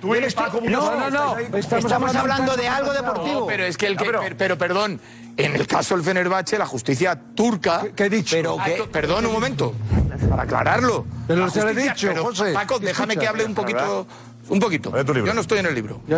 [SPEAKER 10] No. Estamos hablando de algo deportivo.
[SPEAKER 12] No, pero es que pero perdón. En el caso del Fenerbahce, la justicia turca.
[SPEAKER 20] ¿Qué he dicho?
[SPEAKER 12] Perdón, un momento. Para aclararlo.
[SPEAKER 20] Pero te lo he dicho, José.
[SPEAKER 12] Paco, déjame que hable un poquito. Un poquito. Yo no estoy en el libro. Lo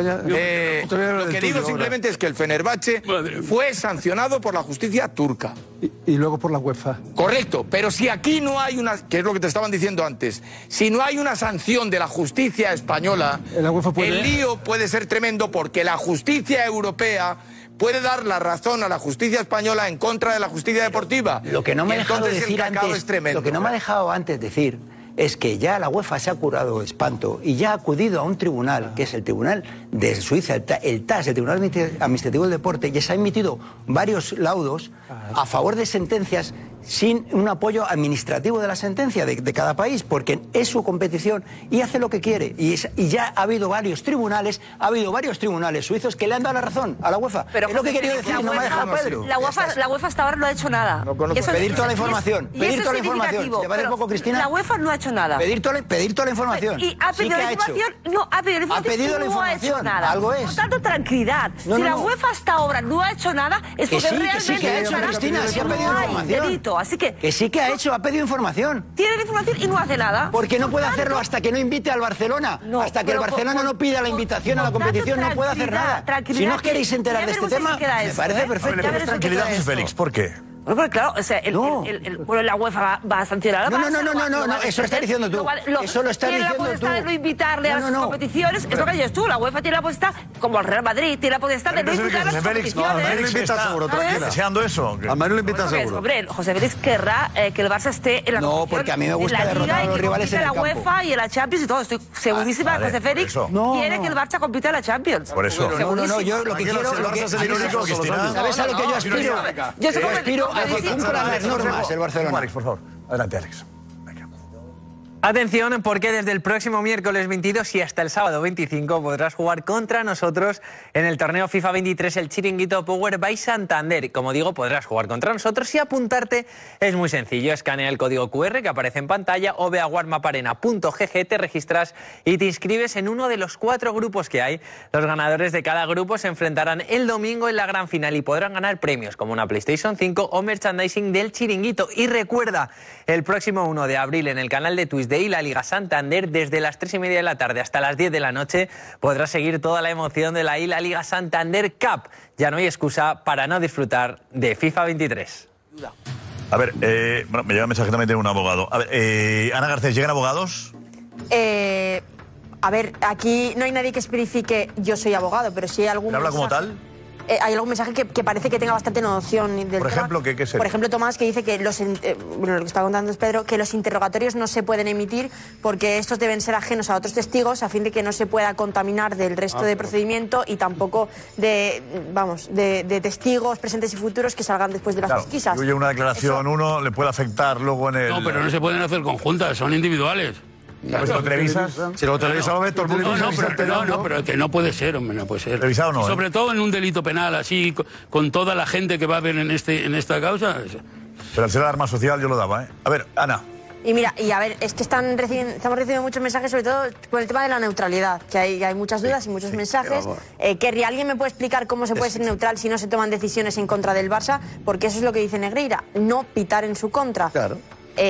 [SPEAKER 12] que digo simplemente es que el Fenerbahce fue sancionado por la justicia turca.
[SPEAKER 20] Y luego por la UEFA.
[SPEAKER 12] Correcto, pero si aquí no hay una, que es lo que te estaban diciendo antes, si no hay una sanción de la justicia española, el lío puede ser tremendo porque la justicia europea puede dar la razón a la justicia española en contra de la justicia deportiva.
[SPEAKER 10] Lo que no me ha dejado decir antes, lo que no me ha dejado antes decir es que ya la UEFA se ha curado espanto y ya ha acudido a un tribunal, que es el Tribunal de Suiza, el TAS, el Tribunal Administrativo del Deporte, y se ha emitido varios laudos a favor de sentencias sin un apoyo administrativo de la sentencia de cada país, porque es su competición y hace lo que quiere. Y ya ha habido varios tribunales suizos que le han dado la razón a la UEFA.
[SPEAKER 8] Pero
[SPEAKER 10] es lo que he querido decir, no me ha dejado Pedro.
[SPEAKER 8] La UEFA hasta ahora no ha hecho nada.
[SPEAKER 10] Pedir toda la información. Pedir toda la información. ¿Te parece poco, Cristina?
[SPEAKER 8] La UEFA no ha hecho nada.
[SPEAKER 10] Pedir toda la información.
[SPEAKER 8] Y ha pedido la información. No, ha pedido la información. No ha hecho nada.
[SPEAKER 10] Algo es.
[SPEAKER 8] Por tanto, tranquilidad. Si la UEFA hasta ahora no ha hecho nada, es porque realmente ha hecho nada.
[SPEAKER 10] Cristina, sí ha pedido información.
[SPEAKER 8] Delito. Así que
[SPEAKER 10] sí que ha hecho, ha pedido información.
[SPEAKER 8] Tiene la información y no hace nada.
[SPEAKER 10] Porque no puede hacerlo hasta que no invite al Barcelona. Hasta que el Barcelona no pida la invitación a la competición, no puede hacer nada. Si no os queréis enterar de este tema, me parece perfecto.
[SPEAKER 3] Tranquilidad, José Félix, ¿por qué?
[SPEAKER 8] Bueno, porque claro, o sea, la UEFA va a sancionar.
[SPEAKER 10] No, eso lo estás diciendo tú. Eso lo estás diciendo tú.
[SPEAKER 8] Tiene la potestad de no invitarle a las competiciones, es lo que dices tú. La UEFA tiene la potestad, como el Real Madrid, tiene la potestad de no invitar a las competiciones.
[SPEAKER 3] No, a Manuel lo invita seguro, tranquila. Deseando eso.
[SPEAKER 19] A Manuel lo invita seguro.
[SPEAKER 8] Hombre, José Félix querrá que el Barça esté en la competición.
[SPEAKER 10] No, porque a mí me gusta derrotar a los rivales en el campo.
[SPEAKER 8] La UEFA y en la Champions y todo. Estoy segurísima que José Félix quiere que el Barça compita en la Champions.
[SPEAKER 3] Por eso.
[SPEAKER 10] No, yo lo que quiero... ¿Sabes a lo que yo aspiro? Yo aspiro a que cumplan las normas el Barcelona.
[SPEAKER 3] Alex, por favor. Adelante, Alex.
[SPEAKER 21] Atención, porque desde el próximo miércoles 22 y hasta el sábado 25 podrás jugar contra nosotros en el torneo FIFA 23, el Chiringuito Power by Santander. Como digo, podrás jugar contra nosotros y apuntarte es muy sencillo. Escanea el código QR que aparece en pantalla o ve a warmaparena.gg, te registras y te inscribes en uno de los 4 grupos que hay. Los ganadores de cada grupo se enfrentarán el domingo en la gran final y podrán ganar premios como una PlayStation 5 o merchandising del Chiringuito. Y recuerda, el próximo 1 de abril en el canal de Twitch de la Liga Santander, desde las 3:30 de la tarde hasta las 10 de la noche, podrás seguir toda la emoción de la Liga Santander Cup. Ya no hay excusa para no disfrutar de FIFA 23.
[SPEAKER 3] A ver, bueno, me llega un mensaje también de un abogado. A ver, Ana Garcés, ¿llegan abogados?
[SPEAKER 6] A ver, aquí no hay nadie que especifique yo soy abogado, pero si hay algún...
[SPEAKER 3] ¿Habla como tal?
[SPEAKER 6] hay algún mensaje que parece que tenga bastante noción del tema.
[SPEAKER 3] Por ejemplo, ¿qué es?
[SPEAKER 6] Por ejemplo, Tomás, que dice que lo que está contando es Pedro, que los interrogatorios no se pueden emitir porque estos deben ser ajenos a otros testigos a fin de que no se pueda contaminar del resto de procedimiento y tampoco de testigos presentes y futuros que salgan después de las pesquisas.
[SPEAKER 3] Si huye una declaración, uno le puede afectar luego en el...
[SPEAKER 2] No, pero no se pueden hacer conjuntas, son individuales.
[SPEAKER 3] ¿Pues lo televisas? Si lo televisas lo ve todo el mundo.
[SPEAKER 2] No, pero que no puede ser, hombre, no puede ser.
[SPEAKER 3] ¿Televisado no?
[SPEAKER 2] Sobre todo en un delito penal, así, con toda la gente que va a haber en esta causa.
[SPEAKER 3] Pero al ser arma social yo lo daba, ¿eh? A ver, Ana.
[SPEAKER 6] Y mira, a ver, es que estamos recibiendo muchos mensajes, sobre todo por el tema de la neutralidad, que hay muchas dudas y muchos mensajes. ¿Alguien me puede explicar cómo se puede ser neutral si no se toman decisiones en contra del Barça? Porque eso es lo que dice Negreira, no pitar en su contra.
[SPEAKER 3] Claro.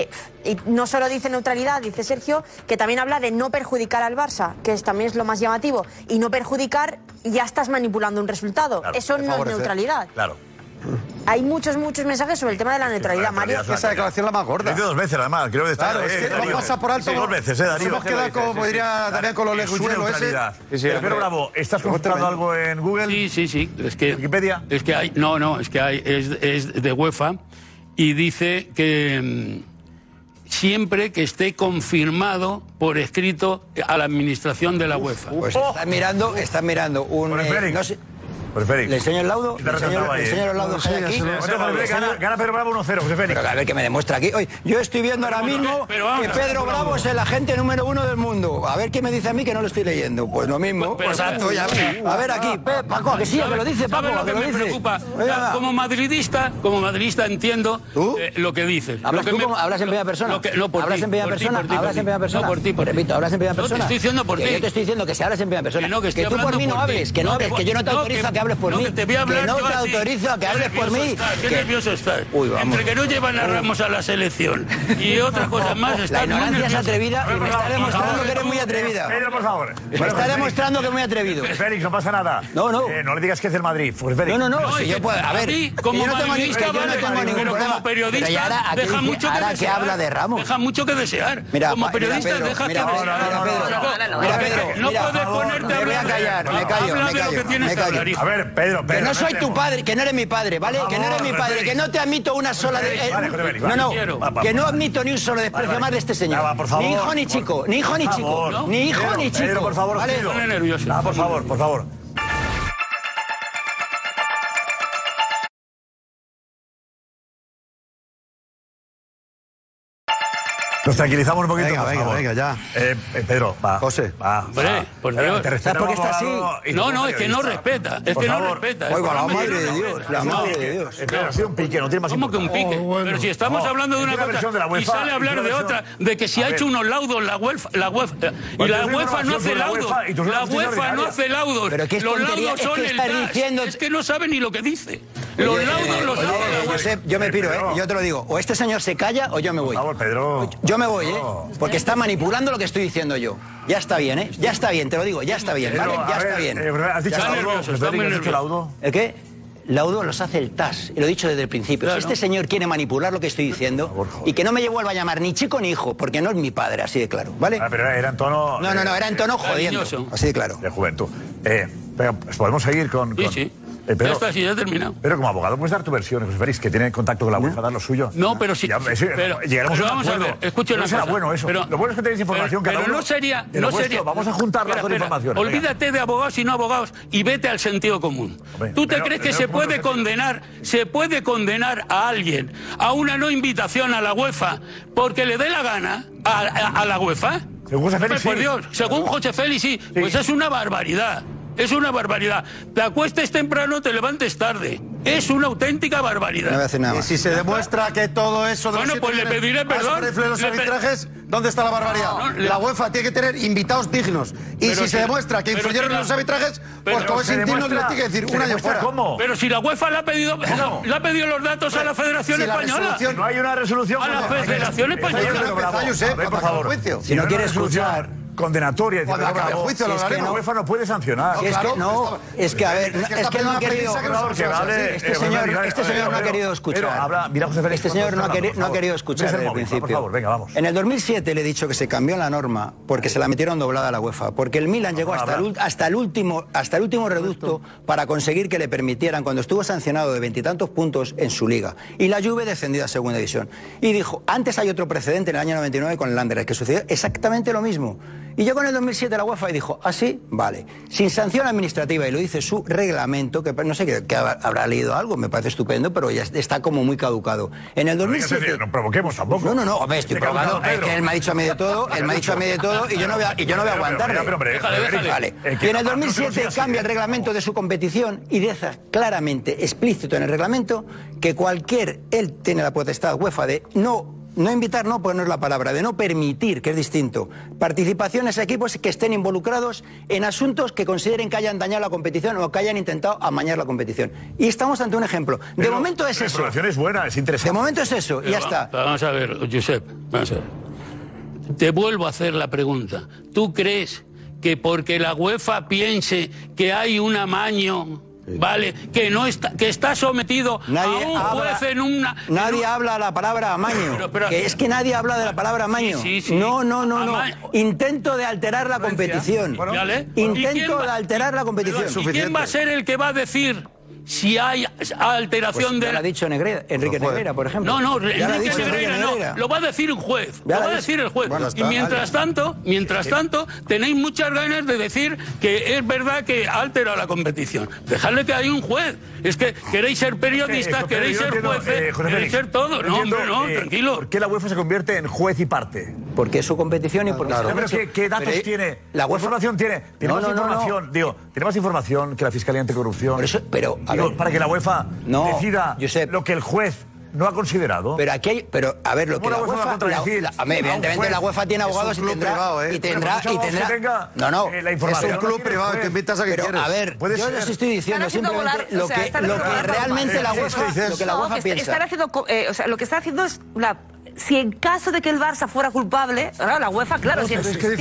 [SPEAKER 6] Y no solo dice neutralidad, dice Sergio, que también habla de no perjudicar al Barça, que también es lo más llamativo. Y no perjudicar, ya estás manipulando un resultado. Claro, eso no es neutralidad.
[SPEAKER 3] Claro.
[SPEAKER 6] Hay muchos mensajes sobre el tema de la neutralidad, Mario.
[SPEAKER 4] Esa declaración es la más gorda.
[SPEAKER 3] Dice 2 veces, además. Creo que está...
[SPEAKER 4] Claro, es que lo pasa por alto.
[SPEAKER 3] Sí, 2 veces, Darío.
[SPEAKER 4] Nos hemos quedado como diría Daniel con los legulleros ese.
[SPEAKER 3] Pero Bravo, ¿estás consultando algo en Google?
[SPEAKER 2] Sí. Es que,
[SPEAKER 3] ¿Wikipedia?
[SPEAKER 2] Es que hay... No, es que hay... Es de UEFA y dice que... siempre que esté confirmado por escrito a la administración de la UEFA.
[SPEAKER 10] Pues están mirando un...
[SPEAKER 3] no sé,
[SPEAKER 10] ¿le enseño el laudo? ¿Le enseño el laudo que hay aquí?
[SPEAKER 3] Gana Pedro Bravo 1-0, José Félix.
[SPEAKER 10] Pero a ver qué me demuestra aquí. Oye, yo estoy viendo ahora mismo que Pedro Bravo es el agente número 1 del mundo. A ver qué me dice a mí que no lo estoy leyendo. Pues lo mismo.
[SPEAKER 2] Exacto, ya
[SPEAKER 10] a ver aquí, Paco, ¿a que sí? ¿A que lo dice, Paco?
[SPEAKER 2] ¿Sabes lo que me preocupa? Como madridista entiendo lo que dices.
[SPEAKER 10] ¿Hablas en primera persona?
[SPEAKER 2] No, por ti.
[SPEAKER 10] ¿Hablas en primera persona? ¿Hablas en primera persona?
[SPEAKER 2] No, por ti.
[SPEAKER 10] Repito, ¿hablas en primera persona?
[SPEAKER 2] No, te estoy diciendo por ti.
[SPEAKER 10] Yo te estoy diciendo que si hablas en primera persona. Que tú por mí no hables. Que yo no te autorizo a que hables por mí. Que no te autorizo a que hables por mí.
[SPEAKER 2] Qué nervioso estás. Entre que no llevan a Ramos a la selección y otras cosas más, estás
[SPEAKER 10] muy nervioso. La ignorancia es atrevida y me está demostrando que eres muy atrevida.
[SPEAKER 3] Pedro, por favor.
[SPEAKER 10] Me está demostrando que es muy atrevido.
[SPEAKER 3] Félix, no pasa nada.
[SPEAKER 10] No
[SPEAKER 3] le digas que es el Madrid.
[SPEAKER 10] No. Si yo puedo... A ver,
[SPEAKER 2] como
[SPEAKER 10] yo no tengo ningún problema.
[SPEAKER 2] Como periodista, deja mucho que desear.
[SPEAKER 10] Que habla de Ramos.
[SPEAKER 2] Deja mucho que desear. Como periodista, deja que desear.
[SPEAKER 10] Mira, Pedro.
[SPEAKER 2] No puedes ponerte a hablar.
[SPEAKER 10] Me voy a callar, me callo.
[SPEAKER 3] A ver, Pedro.
[SPEAKER 10] Que no soy tu padre, que no eres mi padre, ¿vale? Que no eres mi padre, que no te admito una sola... que no admito ni un solo desprecio más de este señor. Ni hijo ni chico, ni hijo ni chico. Ni hijo ni chico.
[SPEAKER 3] Pedro, por favor,
[SPEAKER 10] ¿vale?
[SPEAKER 3] por favor. Nos tranquilizamos un poquito.
[SPEAKER 4] Venga, ya.
[SPEAKER 3] Pedro, va.
[SPEAKER 4] José.
[SPEAKER 3] Va.
[SPEAKER 2] Hombre, por Dios.
[SPEAKER 10] ¿Por qué está así?
[SPEAKER 2] No, es que no respeta. Es que no respeta.
[SPEAKER 10] Oiga, la madre de Dios. La madre de Dios.
[SPEAKER 3] Ha sido un pique, no tiene más
[SPEAKER 2] ¿Cómo que un pique? Pero si estamos hablando de una cosa y sale a hablar de otra, de que si ha hecho unos laudos la UEFA y la UEFA no hace laudos. La UEFA no hace laudos. Los laudos son el DAS. Es que no sabe ni lo que dice. Los laudos los hace la UEFA.
[SPEAKER 10] Josep, yo me piro, yo te lo digo. O este señor se calla o yo me voy.
[SPEAKER 3] Por favor, Pedro.
[SPEAKER 10] Yo me voy, porque está manipulando lo que estoy diciendo yo. Ya está bien, Ya está bien, te lo digo, ya está bien, ¿vale? Ya está bien.
[SPEAKER 3] ¿Has dicho laudo?
[SPEAKER 10] ¿El qué? Laudo los hace el TAS, y lo he dicho desde el principio. Si este señor quiere manipular lo que estoy diciendo, y que no me vuelva a llamar ni chico ni hijo, porque no es mi padre, así de claro, ¿vale?
[SPEAKER 3] Pero era en tono...
[SPEAKER 10] No, era en tono jodiendo, así de claro.
[SPEAKER 3] De juventud. Pero podemos seguir con...
[SPEAKER 2] Sí. Ya está, ya he terminado.
[SPEAKER 3] Pero como abogado puedes dar tu versión, José Félix, que tiene contacto con la UEFA, dar lo suyo.
[SPEAKER 2] No, pero sí.
[SPEAKER 3] Llegaremos a un acuerdo.
[SPEAKER 2] Escucha una cosa.
[SPEAKER 3] Será bueno eso. Lo bueno es que tenéis información cada uno.
[SPEAKER 2] Pero no sería...
[SPEAKER 3] Vamos a juntar las dos informaciones.
[SPEAKER 2] Olvídate de abogados y no abogados y vete al sentido común. ¿Tú te crees que se puede condenar a alguien a una no invitación a la UEFA porque le dé la gana a la UEFA?
[SPEAKER 3] Según José Félix,
[SPEAKER 2] por Dios, según José Félix, sí. Pues es una barbaridad. Es una barbaridad. Te acuestes temprano, te levantes tarde. Es una auténtica barbaridad.
[SPEAKER 10] No voy a hacer nada más.
[SPEAKER 4] Y si se demuestra que todo eso...
[SPEAKER 2] Bueno, pues le pediré perdón.
[SPEAKER 4] Los arbitrajes, ¿dónde está la barbaridad? La UEFA tiene que tener invitados dignos. Y si se demuestra que influyeron en los arbitrajes, pues como es indigno, le tiene que decir un año fuera.
[SPEAKER 3] ¿Cómo?
[SPEAKER 2] Pero si la UEFA le ha pedido los datos a la Federación Española.
[SPEAKER 3] No hay una resolución.
[SPEAKER 2] A la Federación Española.
[SPEAKER 3] Por favor.
[SPEAKER 10] Si no quiere escuchar...
[SPEAKER 3] condenatoria.
[SPEAKER 4] Cuando acabe el juicio lo hablaremos.
[SPEAKER 3] La UEFA no puede sancionar.
[SPEAKER 10] Es que, a ver, es que no ha querido... Este señor no ha querido escuchar. Este señor no ha querido escuchar desde el principio.
[SPEAKER 3] Por favor, venga, vamos.
[SPEAKER 10] En el 2007 le he dicho que se cambió la norma porque se la metieron doblada a la UEFA. Porque el Milan llegó hasta el último reducto para conseguir que le permitieran, cuando estuvo sancionado de 20 y tantos puntos en su liga. Y la Juve descendió a segunda división. Y dijo, antes hay otro precedente en el año 99 con el Anderlecht, que sucedió exactamente lo mismo. Y llegó en el 2007 la UEFA y dijo, ¿ah, sí? Vale. Sin sanción administrativa, y lo dice su reglamento, que no sé que habrá leído algo, me parece estupendo, pero ya está como muy caducado. En el 2007...
[SPEAKER 3] No provoquemos tampoco.
[SPEAKER 10] No, hombre, estoy provocando. Es que él me ha dicho a mí de todo, y yo no voy a aguantarle. Vale. Y en el 2007 cambia el reglamento de su competición y deja claramente explícito en el reglamento que él tiene la potestad UEFA de no invitar, no, pues no es la palabra, de no permitir, que es distinto, participaciones a equipos que estén involucrados en asuntos que consideren que hayan dañado la competición o que hayan intentado amañar la competición. Y estamos ante un ejemplo. De momento es eso.
[SPEAKER 3] La información es buena, es interesante.
[SPEAKER 10] De momento es eso, y ya está.
[SPEAKER 2] Vamos a ver, Josep, vamos a ver. Te vuelvo a hacer la pregunta. ¿Tú crees que porque la UEFA piense que hay un amaño... Vale, que está sometido a un juez en una...
[SPEAKER 10] Nadie habla la palabra amaño. Es que nadie habla de la palabra amaño.
[SPEAKER 2] Sí.
[SPEAKER 10] No. Intento de alterar la competición. Intento de alterar la competición.
[SPEAKER 2] ¿Y quién va a ser el que va a decir si hay alteración de...
[SPEAKER 10] Ya lo ha dicho Enrique Negreira, por ejemplo.
[SPEAKER 2] No, Enrique Negreira no. Lo va a decir un juez. Lo va a decir el juez. Y mientras tanto, tenéis muchas ganas de decir que es verdad que ha alterado la competición. Dejadle que hay un juez. Es que queréis ser periodistas, queréis ser jueces, queréis ser todo. No, hombre, no, tranquilo.
[SPEAKER 3] ¿Por qué la UEFA se convierte en juez y parte?
[SPEAKER 10] Porque es su competición y porque...
[SPEAKER 3] ¿Qué datos tiene? ¿La información tiene? ¿Tiene más información? Digo, ¿tiene más información que la Fiscalía Anticorrupción?
[SPEAKER 10] Pero
[SPEAKER 3] para que la UEFA decida lo que el juez no ha considerado.
[SPEAKER 10] Pero aquí hay, lo que la UEFA evidentemente la UEFA tiene abogados y tendrá
[SPEAKER 3] la información.
[SPEAKER 4] Es un club privado, te invitas a que quieres.
[SPEAKER 10] A ver, yo les estoy diciendo simplemente lo que realmente la UEFA piensa.
[SPEAKER 8] Están haciendo, lo que está haciendo es si en caso de que el Barça fuera culpable, la UEFA, claro, si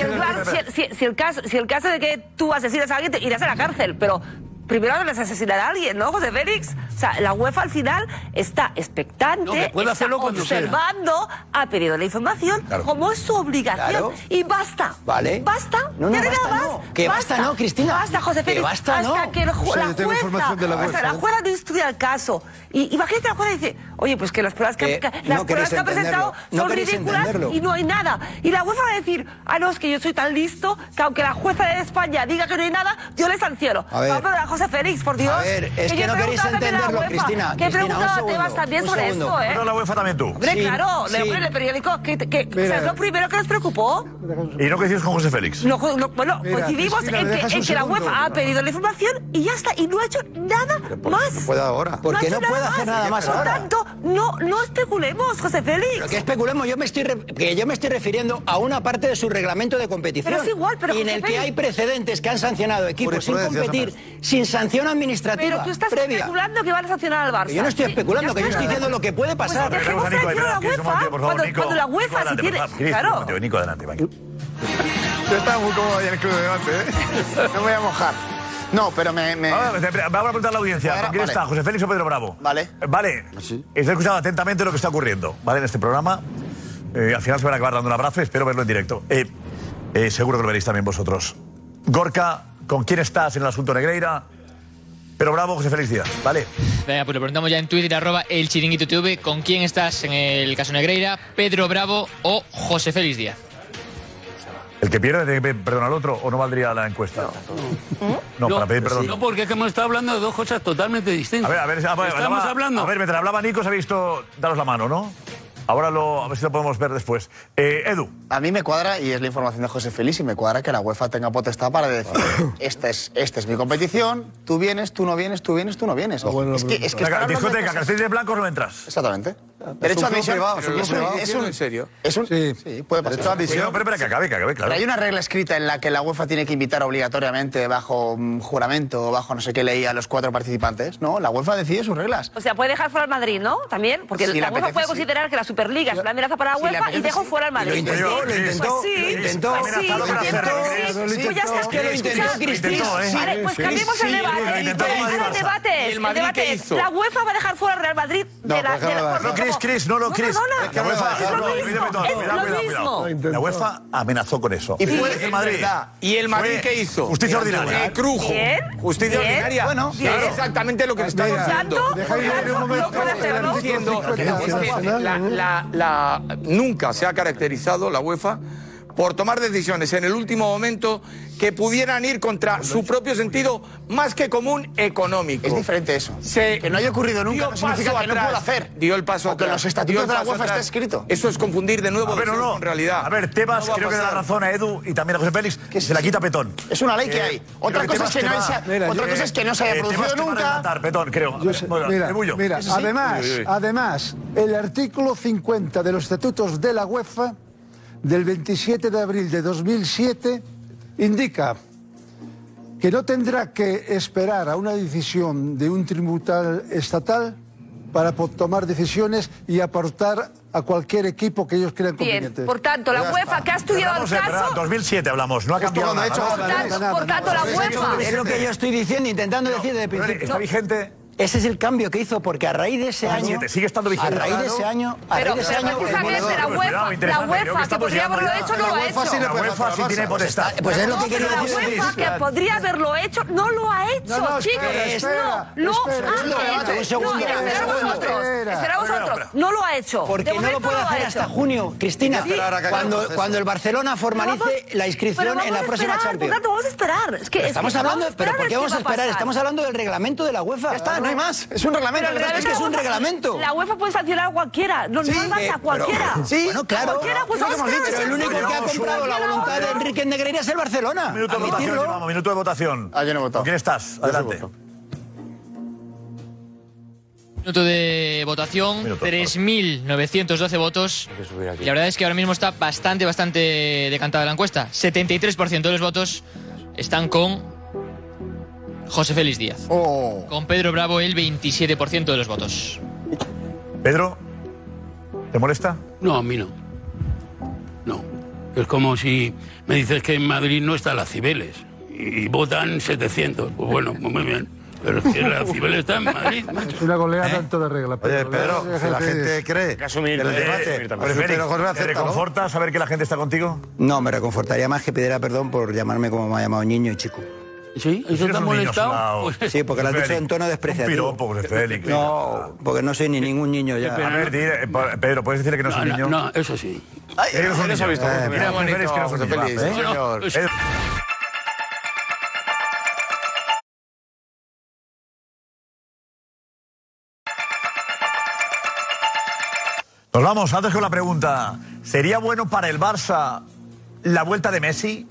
[SPEAKER 8] el caso de que tú asesinas a alguien, te irás a la cárcel, pero primero debes asesinar a alguien, ¿no, José Félix? O sea, la UEFA al final está expectante, está observando, ha pedido la información como es su obligación. Y basta.
[SPEAKER 10] ¿Vale?
[SPEAKER 8] ¿Basta?
[SPEAKER 10] No, basta no. Que basta no, Cristina.
[SPEAKER 8] Basta, José Félix.
[SPEAKER 10] Que basta no.
[SPEAKER 8] Hasta que la jueza no instruya el caso. Y imagínate, la jueza dice, oye, pues que las pruebas que ha presentado son ridículas y no hay nada. Y la UEFA va a decir, no, es que yo soy tan listo que aunque la jueza de España diga que no hay nada, yo le sanciono. José Félix, por Dios.
[SPEAKER 10] A ver, es que no queréis entenderlo, Cristina.
[SPEAKER 8] ¿Qué preguntaba Tebas también sobre esto,
[SPEAKER 3] ¿No la UEFA también tú?
[SPEAKER 8] Hombre, claro, el periódico, es lo primero que nos preocupó.
[SPEAKER 3] ¿Y no coincidimos con José Félix?
[SPEAKER 8] Bueno, coincidimos en que la UEFA ha pedido la información y ya está, y no ha hecho nada más.
[SPEAKER 4] No puede ahora.
[SPEAKER 10] Porque no puede hacer nada más ahora.
[SPEAKER 8] Por tanto, no especulemos, José Félix.
[SPEAKER 10] Pero que especulemos, yo me estoy refiriendo a una parte de su reglamento de competición.
[SPEAKER 8] Pero es igual, pero
[SPEAKER 10] y en el que hay precedentes que han sancionado equipos sin competir, sin sanción administrativa.
[SPEAKER 8] Pero tú estás especulando que van a sancionar al Barça.
[SPEAKER 10] Yo no estoy especulando, que yo estoy diciendo lo que puede pasar.
[SPEAKER 8] Pues dejemos tranquilo a la UEFA. Cuando la UEFA si tiene... Claro.
[SPEAKER 3] Nico, adelante, vaya.
[SPEAKER 4] Yo estaba muy cómodo ahí en el club de debate, ¿eh? No me voy a mojar. No, pero Vamos
[SPEAKER 3] a preguntar a la audiencia. ¿Con quién está? ¿José Félix o Pedro Bravo?
[SPEAKER 4] Vale.
[SPEAKER 3] Estoy escuchando atentamente lo que está ocurriendo, ¿vale? En este programa. Al final se van a acabar dando un abrazo, espero verlo en directo. Seguro que lo veréis también vosotros. Gorka, ¿con quién estás en el asunto Negreira? Pero Bravo, José Félix Díaz, ¿vale?
[SPEAKER 17] Venga, pues lo preguntamos ya en Twitter, @elchiringuitotv. ¿Con quién estás en el caso Negreira? ¿Pedro Bravo o José Félix Díaz?
[SPEAKER 3] ¿El que pierde tiene que pedir perdón al otro o no valdría la encuesta? No, para pedir perdón.
[SPEAKER 2] No, porque es que hemos estado hablando de dos cosas totalmente distintas.
[SPEAKER 3] A ver,
[SPEAKER 2] estamos hablando.
[SPEAKER 3] A ver, mientras hablaba Nico, se ha visto daros la mano, ¿no? Ahora a ver si lo podemos ver después. Edu.
[SPEAKER 1] A mí me cuadra, y es la información de José Félix, y me cuadra que la UEFA tenga potestad para decir, esta es mi competición, tú vienes, tú no vienes, tú vienes, tú no vienes.
[SPEAKER 3] Discoteca, cartel de blancos no entras.
[SPEAKER 1] Exactamente. Derecho a admisión.
[SPEAKER 12] ¿En serio?
[SPEAKER 1] Sí, puede pasar.
[SPEAKER 3] Derecho a admisión. Pero que acabe, claro.
[SPEAKER 1] Pero hay una regla escrita en la que la UEFA tiene que invitar obligatoriamente bajo juramento o bajo no sé qué ley a los 4 participantes, ¿no? La UEFA decide sus reglas.
[SPEAKER 8] O sea, puede dejar fuera al Madrid, ¿no? También, porque
[SPEAKER 1] Si
[SPEAKER 8] la
[SPEAKER 1] le
[SPEAKER 8] UEFA
[SPEAKER 1] apetece,
[SPEAKER 8] puede
[SPEAKER 1] sí.
[SPEAKER 8] considerar que la Superliga es una amenaza para la
[SPEAKER 1] Si le
[SPEAKER 8] UEFA y
[SPEAKER 1] apetece,
[SPEAKER 8] dejo
[SPEAKER 1] sí.
[SPEAKER 8] fuera al Madrid.
[SPEAKER 1] Lo intentó.
[SPEAKER 8] Pues ya está.
[SPEAKER 10] Que lo intentó Cristina.
[SPEAKER 8] Vale, pues cambiemos el debate. El debate es, la UEFA va a dejar fuera al Real Madrid de la
[SPEAKER 3] Chris. La UEFA, la UEFA amenazó con eso.
[SPEAKER 12] ¿Y el Madrid? ¿Y el Madrid qué hizo?
[SPEAKER 3] Justicia ordinaria.
[SPEAKER 12] Crujo. Justicia ordinaria.
[SPEAKER 1] Bueno,
[SPEAKER 12] es exactamente lo que estamos haciendo. Nunca se ha caracterizado la UEFA por tomar decisiones en el último momento que pudieran ir contra su propio sentido más que común económico.
[SPEAKER 1] Es diferente eso. Que no haya ocurrido nunca no significa que no pueda hacer.
[SPEAKER 12] Dio el paso
[SPEAKER 1] atrás. Que en los estatutos de la UEFA está escrito.
[SPEAKER 12] Eso es confundir de nuevo
[SPEAKER 3] con
[SPEAKER 12] realidad.
[SPEAKER 3] A ver, Tebas, creo que da la razón a Edu y también a José Félix, que se la quita Petón.
[SPEAKER 1] Es una ley que hay. Otra cosa es que no se haya producido nunca.
[SPEAKER 3] Petón, creo.
[SPEAKER 20] Mira, además, el artículo 50 de los estatutos de la UEFA del 27 de abril de 2007 indica que no tendrá que esperar a una decisión de un tribunal estatal para tomar decisiones y aportar a cualquier equipo que ellos crean conveniente.
[SPEAKER 8] Por tanto, la UEFA que ha estudiado el caso...
[SPEAKER 3] 2007 hablamos, no ha cambiado nada.
[SPEAKER 8] Por tanto, la UEFA...
[SPEAKER 10] Es lo que yo estoy diciendo, intentando decir desde el principio.
[SPEAKER 3] Está vigente...
[SPEAKER 10] Ese es el cambio que hizo, porque a raíz de ese año...
[SPEAKER 3] Sigue estando vigente.
[SPEAKER 10] A raíz de ese año...
[SPEAKER 8] precisamente la UEFA, que podría haberlo hecho, no lo ha hecho.
[SPEAKER 3] La UEFA sí tiene potestad.
[SPEAKER 10] Pues es lo que quería decir.
[SPEAKER 8] La UEFA, que podría haberlo hecho, no lo ha hecho, chicos. No lo ha hecho. Espera vosotros. No lo ha hecho.
[SPEAKER 10] Porque no lo puede hacer hasta junio, Cristina. Cuando el Barcelona formalice la inscripción en la próxima Champions.
[SPEAKER 8] Por tanto, vamos a esperar.
[SPEAKER 10] Estamos hablando... ¿Pero por qué vamos a esperar? Estamos hablando del reglamento de la UEFA.
[SPEAKER 1] Ya está, no hay más. Es un reglamento.
[SPEAKER 10] Es que es un reglamento.
[SPEAKER 8] La UEFA puede sancionar a cualquiera. No más a cualquiera.
[SPEAKER 10] Sí, bueno, claro.
[SPEAKER 8] Cualquiera, pues vamos a
[SPEAKER 10] pero el único que ha comprado la voluntad de Enrique Negreira es el Barcelona.
[SPEAKER 3] Minuto de votación.
[SPEAKER 1] Yo no he votado.
[SPEAKER 3] ¿Con quién estás? Adelante.
[SPEAKER 17] Minuto de votación, 3.912 votos. Y la verdad es que ahora mismo está bastante decantada la encuesta. 73% de los votos están con José Félix Díaz. Con Pedro Bravo el 27% de los votos.
[SPEAKER 3] Pedro, ¿te molesta?
[SPEAKER 2] No, a mí no. No. Es como si me dices que en Madrid no está la Cibeles y votan 700. Pues bueno, muy bien. Pero es que la Cibeles está en Madrid.
[SPEAKER 20] Es una goleada en toda regla.
[SPEAKER 4] Oye, Pedro, si la gente cree que el debate...
[SPEAKER 3] ¿Te reconforta saber que la gente está contigo?
[SPEAKER 10] No, me reconfortaría más que pidiera perdón por llamarme como me ha llamado niño y chico.
[SPEAKER 2] ¿Sí? ¿Eso te ha molestado?
[SPEAKER 10] Sí, porque lo has dicho en tono despreciativo.
[SPEAKER 3] Un piropo, José Félix.
[SPEAKER 10] No, porque no soy ni ningún niño ya.
[SPEAKER 3] A ver, Pedro, ¿puedes decirle que no soy niño?
[SPEAKER 2] No, eso sí.
[SPEAKER 3] Eres un niño. Mira, José Félix, que no soy niño. Nos vamos, antes con la pregunta. ¿Sería bueno para el Barça la vuelta de Messi?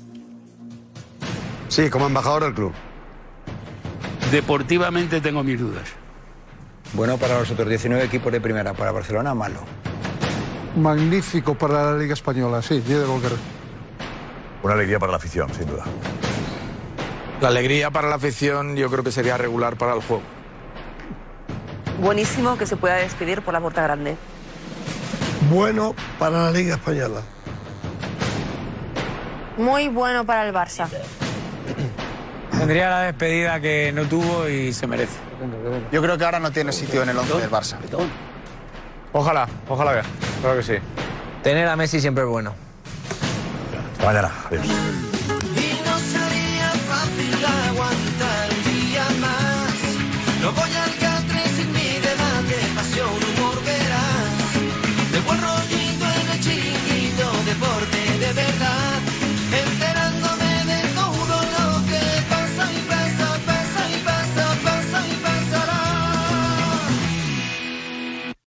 [SPEAKER 4] Sí, como embajador del club.
[SPEAKER 2] Deportivamente tengo mis dudas.
[SPEAKER 10] Bueno, para los otros 19 equipos de primera, para Barcelona, malo.
[SPEAKER 20] Magnífico para la Liga Española, sí, 10 de Volker.
[SPEAKER 3] Una alegría para la afición, sin duda.
[SPEAKER 12] La alegría para la afición yo creo que sería regular para el juego.
[SPEAKER 8] Buenísimo que se pueda despedir por la puerta grande.
[SPEAKER 19] Bueno para la Liga Española.
[SPEAKER 6] Muy bueno para el Barça.
[SPEAKER 21] Tendría la despedida que no tuvo y se merece.
[SPEAKER 1] Yo creo que ahora no tiene sitio en el 11 del Barça.
[SPEAKER 12] Ojalá vea. Claro que sí.
[SPEAKER 21] Tener a Messi siempre es bueno.
[SPEAKER 3] Hasta mañana. Adiós.
[SPEAKER 7] Y no sería fácil aguantar un día más. No voy al country sin mí.